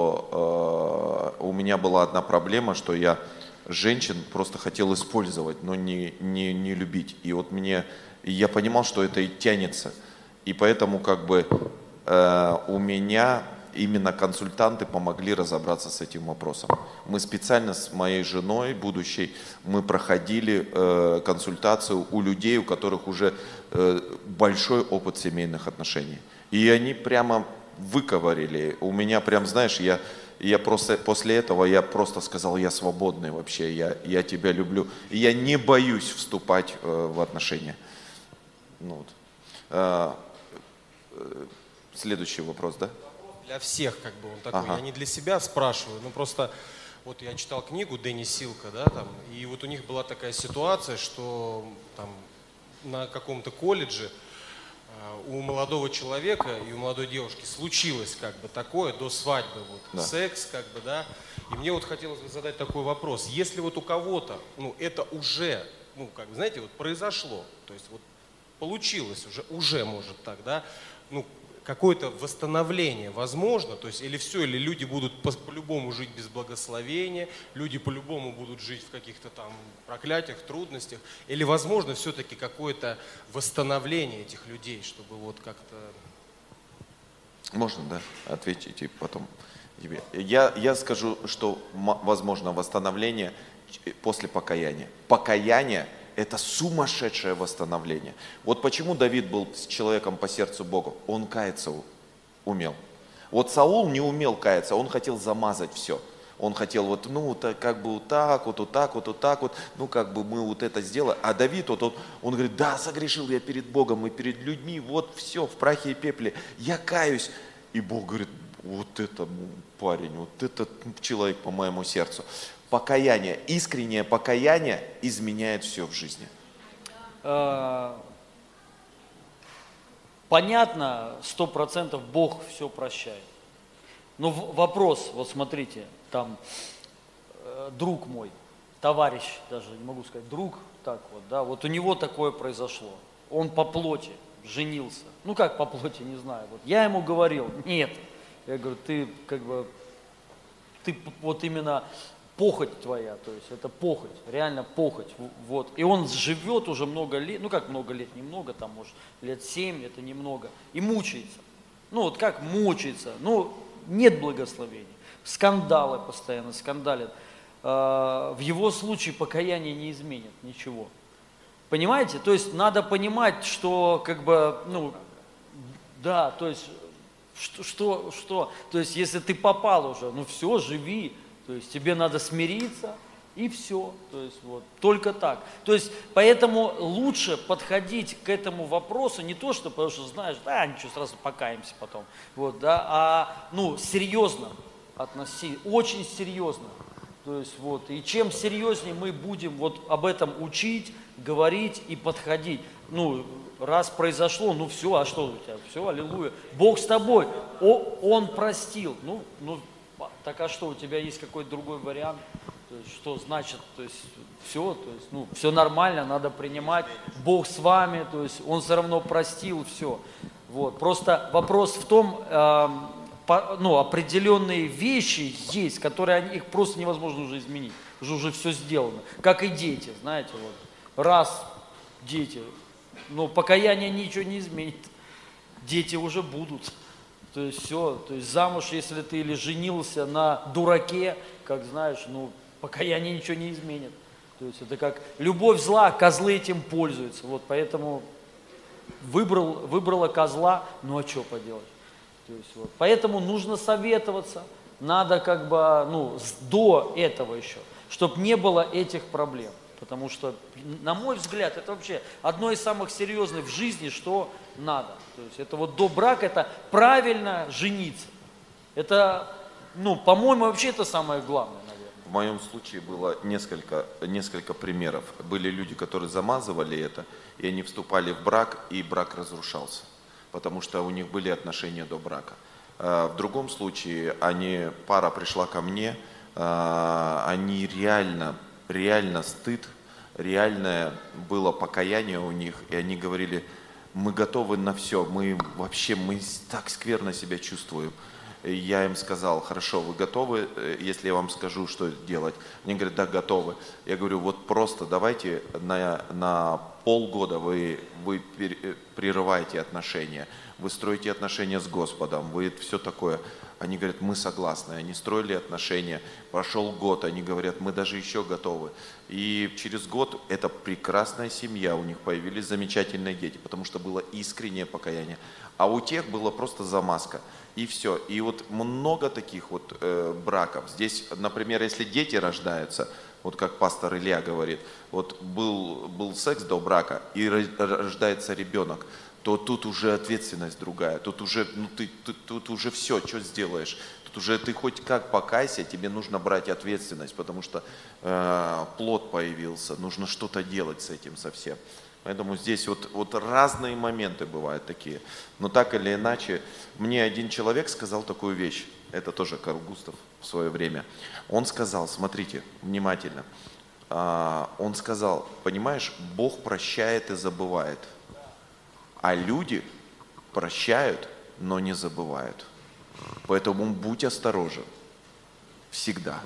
что у меня была одна проблема, что я женщин просто хотел использовать, но не, не, не любить. И вот мне, и я понимал, что это и тянется. И поэтому как бы э, у меня именно консультанты помогли разобраться с этим вопросом. Мы специально с моей женой, будущей, мы проходили э, консультацию у людей, у которых уже э, большой опыт семейных отношений. И они прямо выковырили. У меня прям, знаешь, я, я просто после этого я просто сказал, я свободный вообще, я, я тебя люблю. И я не боюсь вступать э, в отношения. Ну, вот. э, э, следующий вопрос, да? Для всех, как бы, он такой, Ага. я не для себя спрашиваю, ну просто, вот я читал книгу Дэнни Силка, да, там, и вот у них была такая ситуация, что там на каком-то колледже э, у молодого человека и у молодой девушки случилось как бы такое до свадьбы, вот, Да. секс, как бы, да, и мне вот хотелось бы задать такой вопрос, если вот у кого-то, ну, это уже, ну, как бы, знаете, вот произошло, то есть вот получилось уже, уже может так, да, ну, какое-то восстановление возможно, то есть или все, или люди будут по- по-любому жить без благословения, люди по-любому будут жить в каких-то там проклятиях, трудностях, или возможно все-таки какое-то восстановление этих людей, чтобы вот как-то... Можно, да, ответите потом тебе. Я, я скажу, что м- возможно восстановление ч- после покаяния. Покаяние – это сумасшедшее восстановление. Вот почему Давид был с человеком по сердцу Богу. Он каяться у- умел. Вот Саул не умел каяться, он хотел замазать все. Он хотел вот, ну, вот так, как бы вот так вот, вот так вот, вот так вот, ну, как бы мы вот это сделали. А Давид, вот, он, он говорит, да, согрешил я перед Богом и перед людьми, вот все, в прахе и пепле, я каюсь. И Бог говорит, вот это парень, вот этот человек по моему сердцу. Покаяние, искреннее покаяние изменяет все в жизни. Э, Понятно, сто процентов Бог все прощает. Но в- вопрос, вот смотрите, там э, друг мой, товарищ, даже не могу сказать друг, так вот, да, вот у него такое произошло. Он по плоти женился. Ну как по плоти, не знаю. Вот я ему говорил, нет. Я говорю, ты как бы, ты п- вот именно похоть твоя, то есть это похоть, реально похоть, в- вот. И он живет уже много лет, ну как много лет, немного, там может лет семь, это немного, и мучается. Ну вот как мучается, ну нет благословения, скандалы постоянно, скандалят. Э, В его случае покаяние не изменит ничего. Понимаете? То есть надо понимать, что как бы, ну, да, то есть что, что, что, то есть если ты попал уже, ну все, живи, то есть тебе надо смириться и все, то есть вот, только так. То есть поэтому лучше подходить к этому вопросу не то, что, потому что знаешь, да, ничего, сразу покаемся потом, вот, да, а, ну, серьезно относиться, очень серьезно. То есть вот, и чем серьезнее мы будем вот об этом учить, говорить и подходить. Ну, раз произошло, ну все, а что у тебя? Все, аллилуйя. Бог с тобой, О, Он простил. Ну, ну, так а что, у тебя есть какой-то другой вариант? То есть, что значит, то есть все, то есть, ну, все нормально, надо принимать. Бог с вами, то есть Он все равно простил, все. Вот. Просто вопрос в том, э, по, ну, определенные вещи есть, которые они, их просто невозможно уже изменить. Уже уже все сделано. Как и дети, знаете, вот. Раз дети, но покаяние ничего не изменит. Дети уже будут. То есть все, то есть замуж, если ты или женился на дураке, как знаешь, ну, покаяние ничего не изменит. То есть это как любовь зла, козлы этим пользуются. Вот поэтому выбрал, выбрала козла, ну а что поделать? То есть вот, поэтому нужно советоваться, надо как бы, ну, до этого еще, чтобы не было этих проблем. Потому что, на мой взгляд, это вообще одно из самых серьезных в жизни, что надо. То есть это вот до брака, это правильно жениться. Это, ну, по-моему, вообще это самое главное, наверное. В моем случае было несколько, несколько примеров. Были люди, которые замазывали это, и они вступали в брак, и брак разрушался, потому что у них были отношения до брака. В другом случае, они, пара пришла ко мне, они реально, реально стыд, реальное было покаяние у них, и они говорили: мы готовы на все, мы вообще, мы так скверно себя чувствуем. И я им сказал: хорошо, вы готовы, если я вам скажу, что делать? Они говорят: да, готовы. Я говорю: вот просто давайте на, на полгода вы, вы прерываете отношения, вы строите отношения с Господом, вы все такое. Они говорят: мы согласны. Они строили отношения, прошел год, они говорят: мы даже еще готовы. И через год это прекрасная семья, у них появились замечательные дети, потому что было искреннее покаяние. А у тех было просто замазка. И все. И вот много таких вот э, браков. Здесь, например, если дети рождаются, вот как пастор Илья говорит, вот был, был секс до брака и рождается ребенок, то тут уже ответственность другая, тут уже, ну, ты, тут, тут уже все, что сделаешь, тут уже ты хоть как покайся, тебе нужно брать ответственность, потому что э, плод появился, нужно что-то делать с этим совсем. Поэтому здесь вот, вот разные моменты бывают такие. Но так или иначе, мне один человек сказал такую вещь, это тоже Карл Густав в свое время. Он сказал, смотрите, внимательно, э, он сказал: понимаешь, Бог прощает и забывает. А люди прощают, но не забывают. Поэтому будь осторожен. Всегда.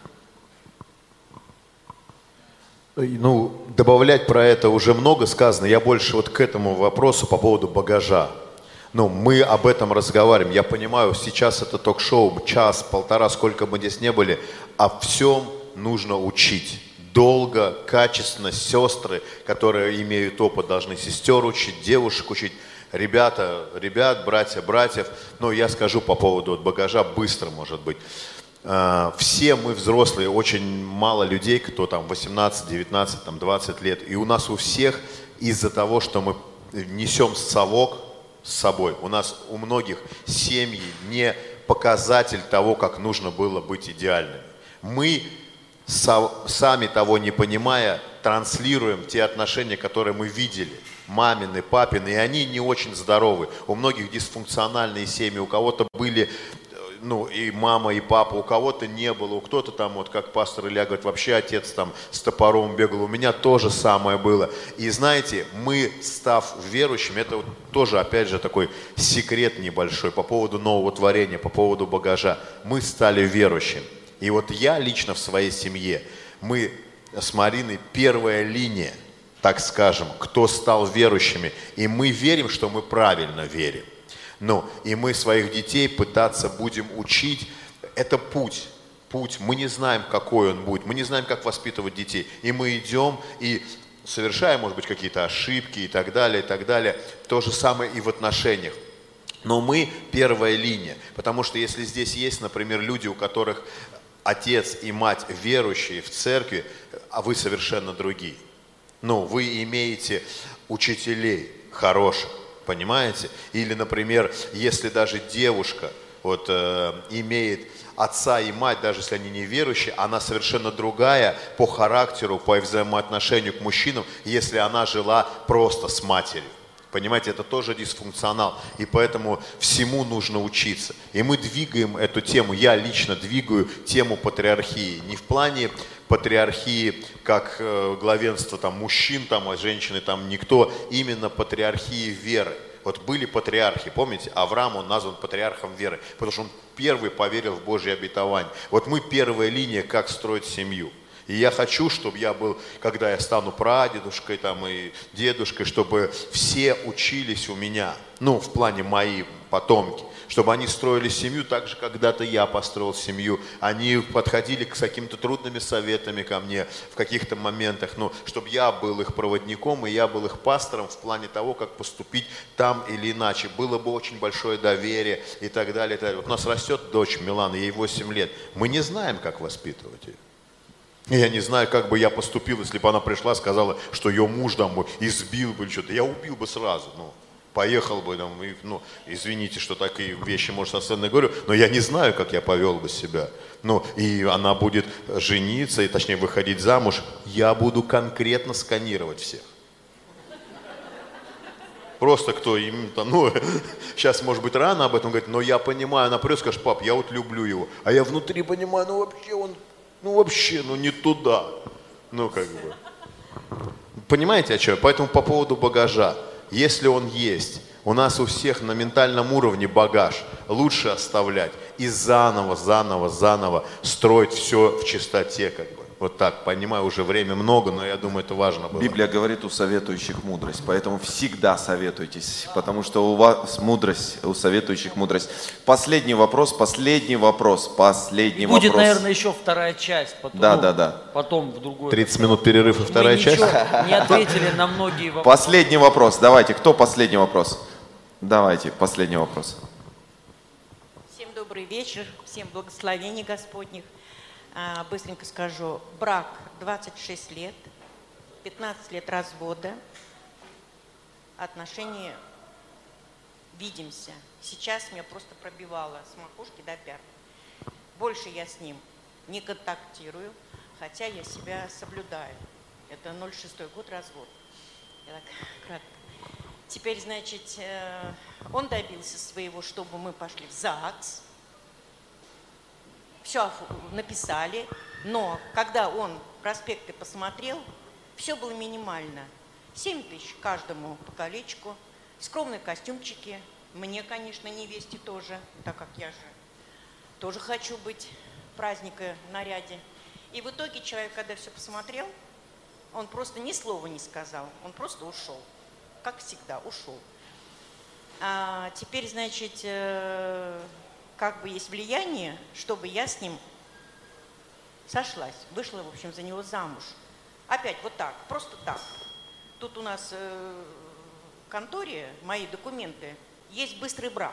Ну, добавлять про это уже много сказано. Я больше вот к этому вопросу по поводу багажа. Ну, мы об этом разговариваем. Я понимаю, сейчас это ток-шоу, час, полтора, сколько мы здесь не были. О всем нужно учить. Долго, качественно. Сестры, которые имеют опыт, должны сестер учить, девушек учить. Ребята, ребят, братья, братьев. Но я скажу по поводу вот багажа быстро, может быть. Все мы взрослые, очень мало людей, кто там восемнадцать, девятнадцать, там двадцать лет. И у нас у всех из-за того, что мы несем совок с собой, у нас у многих семьи не показатель того, как нужно было быть идеальными. Мы, сами того не понимая, транслируем те отношения, которые мы видели. Мамины, папины, и они не очень здоровы. У многих дисфункциональные семьи, у кого-то были, ну, и мама, и папа, у кого-то не было, у кто-то там, вот как пастор Илья говорит, вообще отец там с топором бегал, у меня тоже самое было. И знаете, мы, став верующими, это вот тоже, опять же, такой секрет небольшой по поводу нового творения, по поводу багажа. Мы стали верующими. И вот я лично в своей семье, мы с Мариной первая линия, так скажем, кто стал верующими. И мы верим, что мы правильно верим. Ну, и мы своих детей пытаться будем учить. Это путь. Путь. Мы не знаем, какой он будет. Мы не знаем, как воспитывать детей. И мы идем и совершаем, может быть, какие-то ошибки и так далее, и так далее. То же самое и в отношениях. Но мы первая линия. Потому что если здесь есть, например, люди, у которых отец и мать верующие в церкви, а вы совершенно другие. Ну, вы имеете учителей хороших, понимаете? Или, например, если даже девушка вот, э, имеет отца и мать, даже если они не верующие, она совершенно другая по характеру, по взаимоотношению к мужчинам, если она жила просто с матерью. Понимаете, это тоже дисфункционал, и поэтому всему нужно учиться. И мы двигаем эту тему, я лично двигаю тему патриархии. Не в плане патриархии как э, главенство там, мужчин, там, а женщины, там никто, именно патриархии веры. Вот были патриархи, помните, Авраам, он назван патриархом веры, потому что он первый поверил в Божье обетование. Вот мы первая линия, как строить семью. И я хочу, чтобы я был, когда я стану прадедушкой там, и дедушкой, чтобы все учились у меня, ну, в плане мои потомки, чтобы они строили семью так же, когда-то я построил семью. Они подходили с какими-то трудными советами ко мне в каких-то моментах, ну, чтобы я был их проводником, и я был их пастором в плане того, как поступить там или иначе. Было бы очень большое доверие и так далее. И так далее. Вот у нас растет дочь Милана, ей восемь лет. Мы не знаем, как воспитывать ее. Я не знаю, как бы я поступил, если бы она пришла, сказала, что ее муж там избил бы или что-то. Я убил бы сразу, ну, поехал бы там, и, ну, извините, что такие вещи, может, со сцены говорю, но я не знаю, как я повел бы себя. Ну, и она будет жениться, и точнее выходить замуж, я буду конкретно сканировать всех. Просто кто им там, ну, сейчас, может быть, рано об этом говорить, но я понимаю, она придет, скажет, пап, я вот люблю его, а я внутри понимаю, ну, вообще он... Ну вообще, ну не туда. Ну как бы. Понимаете, о чем? Поэтому по поводу багажа. Если он есть, у нас у всех на ментальном уровне багаж. Лучше оставлять и заново, заново, заново строить все в чистоте, как бы. Вот так, понимаю, уже время много, но я думаю, это важно было. Библия говорит у советующих мудрость, поэтому всегда советуйтесь, потому что у вас мудрость, у советующих мудрость. Последний вопрос, последний вопрос, последний Будет, вопрос. наверное, еще вторая часть. Потом, Да, ну, да, да. Потом в другой. тридцать минут перерыв и вторая Мы часть. ничего не ответили на многие вопросы. Последний вопрос, давайте, кто последний вопрос? Давайте, последний вопрос. Всем добрый вечер, всем благословений Господних. А, быстренько скажу, брак двадцать шесть лет, пятнадцать лет развода, отношения видимся. Сейчас меня просто пробивало с макушки до пят. Больше я с ним не контактирую, хотя я себя соблюдаю. Это ноль шестой год развод. Я так кратко. Теперь, значит, он добился своего, чтобы мы пошли в ЗАГС. Все написали, но когда он проспекты посмотрел, все было минимально. семь тысяч каждому по колечку, скромные костюмчики, мне, конечно, невесте тоже, так как я же тоже хочу быть в празднике, наряде. И в итоге человек, когда все посмотрел, он просто ни слова не сказал, он просто ушел, как всегда, ушел. А теперь, значит, как бы есть влияние, чтобы я с ним сошлась, вышла, в общем, за него замуж. Опять вот так, просто так. Тут у нас э, в конторе мои документы, есть быстрый брак.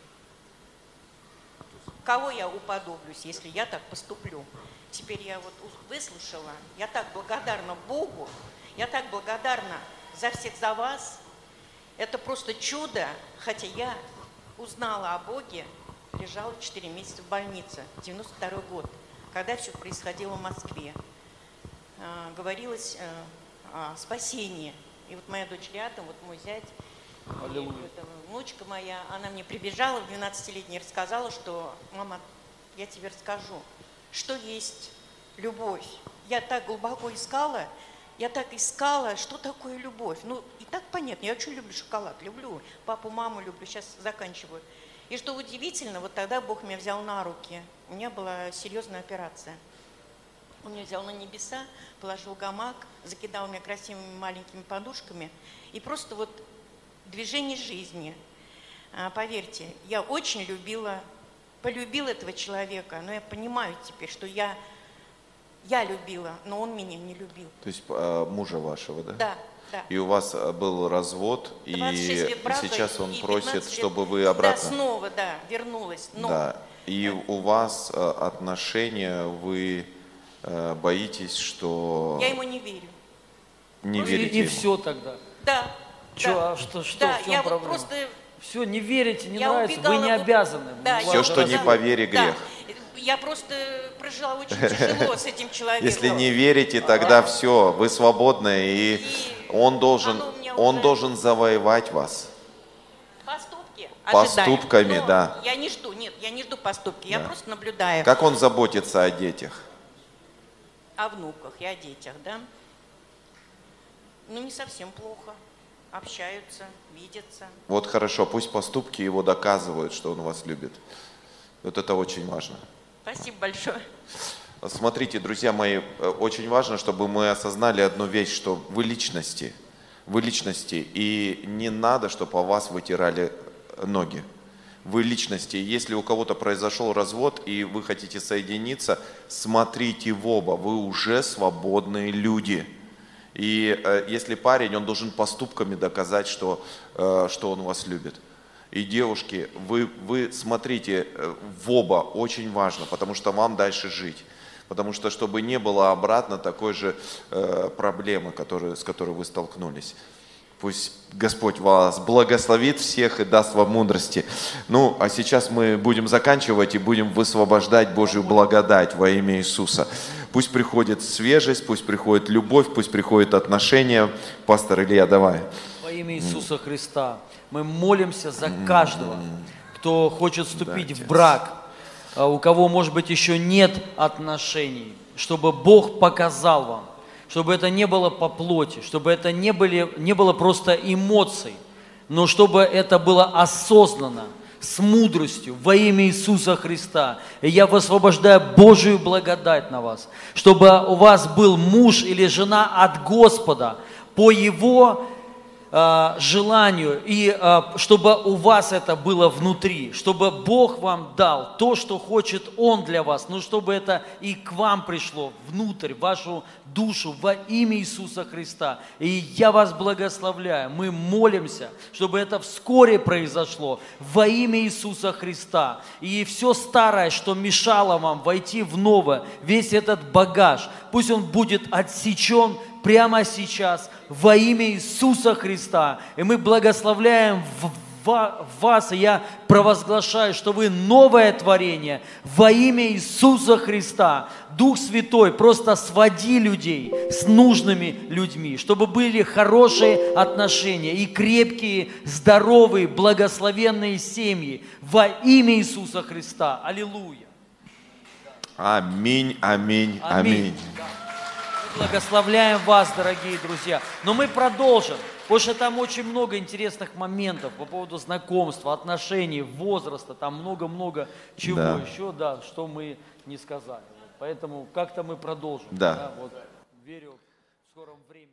Кого я уподоблюсь, если я так поступлю? Теперь я вот выслушала, я так благодарна Богу, я так благодарна за всех, за вас. Это просто чудо, хотя я узнала о Боге, лежала четыре месяца в больнице, девяносто второй год, когда все происходило в Москве. Э, говорилось э, о спасении. И вот моя дочь рядом, вот мой зять, и, это, внучка моя, она мне прибежала в двенадцатилетней, рассказала, что, мама, я тебе расскажу, что есть любовь. Я так глубоко искала, я так искала, что такое любовь. Ну, и так понятно, я очень люблю шоколад, люблю папу, маму люблю, сейчас заканчиваю. И что удивительно, вот тогда Бог меня взял на руки. У меня была серьезная операция. Он меня взял на небеса, положил гамак, закидал меня красивыми маленькими подушками. И просто вот движение жизни. А, поверьте, я очень любила, полюбила этого человека, но я понимаю теперь, что я, я любила, но он меня не любил. То есть а, мужа вашего, да? Да. Да. И у вас был развод, и, и сейчас он просит, лет, чтобы вы обратно... Да, снова, да, вернулась. Но... Да, и у вас отношения, вы боитесь, что... Я ему не верю. Не ну, верите и, и ему. все тогда. Да. Чё, да. а что, что, да, в чем я проблема? вот просто Все, не верите, не Я нравится, вы убегала не вот- обязаны. Да, Все, я что не убегала- по вере, Да. грех. Я просто прожила очень тяжело с этим человеком. Если не верите, тогда все, вы свободны, и он должен, оно у меня он уже- должен завоевать вас. Поступки Поступками, ожидаем. Но да. Я не жду, нет, я не жду поступки, я Да. просто наблюдаю Как он заботится о детях? о внуках и о детях, да. Ну, не совсем плохо. Общаются, видятся. Вот хорошо, пусть поступки его доказывают, что он вас любит. Вот это очень важно. Спасибо большое. Смотрите, друзья мои, э, очень важно, чтобы мы осознали одну вещь, что вы личности, вы личности, и не надо, чтобы о вас вытирали ноги. Вы личности. Если у кого-то произошел развод, и вы хотите соединиться, смотрите в оба, вы уже свободные люди. И э, если парень, он должен поступками доказать, что, э, что он вас любит. И девушки, вы, вы смотрите э, в оба, очень важно, потому что вам дальше жить. Потому что, чтобы не было обратно такой же э, проблемы, которые, с которой вы столкнулись. Пусть Господь вас благословит всех и даст вам мудрости. Ну, а сейчас мы будем заканчивать и будем высвобождать Божью благодать во имя Иисуса. Пусть приходит свежесть, пусть приходит любовь, пусть приходит отношения. Пастор Илья, давай. Во имя Иисуса Христа мы молимся за каждого, кто хочет вступить в брак, а у кого, может быть, еще нет отношений, чтобы Бог показал вам, чтобы это не было по плоти, чтобы это не, были, не было просто эмоций, но чтобы это было осознанно, с мудростью во имя Иисуса Христа. И я высвобождаю Божию благодать на вас, чтобы у вас был муж или жена от Господа по Его э, желанию, и э, чтобы у вас это было внутри, чтобы Бог вам дал то, что хочет Он для вас, но чтобы это и к вам пришло внутрь, в вашу душу во имя Иисуса Христа. И я вас благословляю. Мы молимся, чтобы это вскоре произошло во имя Иисуса Христа. И все старое, что мешало вам войти в новое, весь этот багаж, пусть он будет отсечен прямо сейчас во имя Иисуса Христа. И мы благословляем в вас, и я провозглашаю, что вы новое творение во имя Иисуса Христа. Дух Святой, просто своди людей с нужными людьми, чтобы были хорошие отношения и крепкие, здоровые, благословенные семьи во имя Иисуса Христа. Аллилуйя. Аминь, аминь, аминь. Мы благословляем вас, дорогие друзья. Но мы продолжим. Потому что там очень много интересных моментов по поводу знакомства, отношений, возраста, там много-много чего Да. еще, да, что мы не сказали. Поэтому как-то мы продолжим. Да. вот.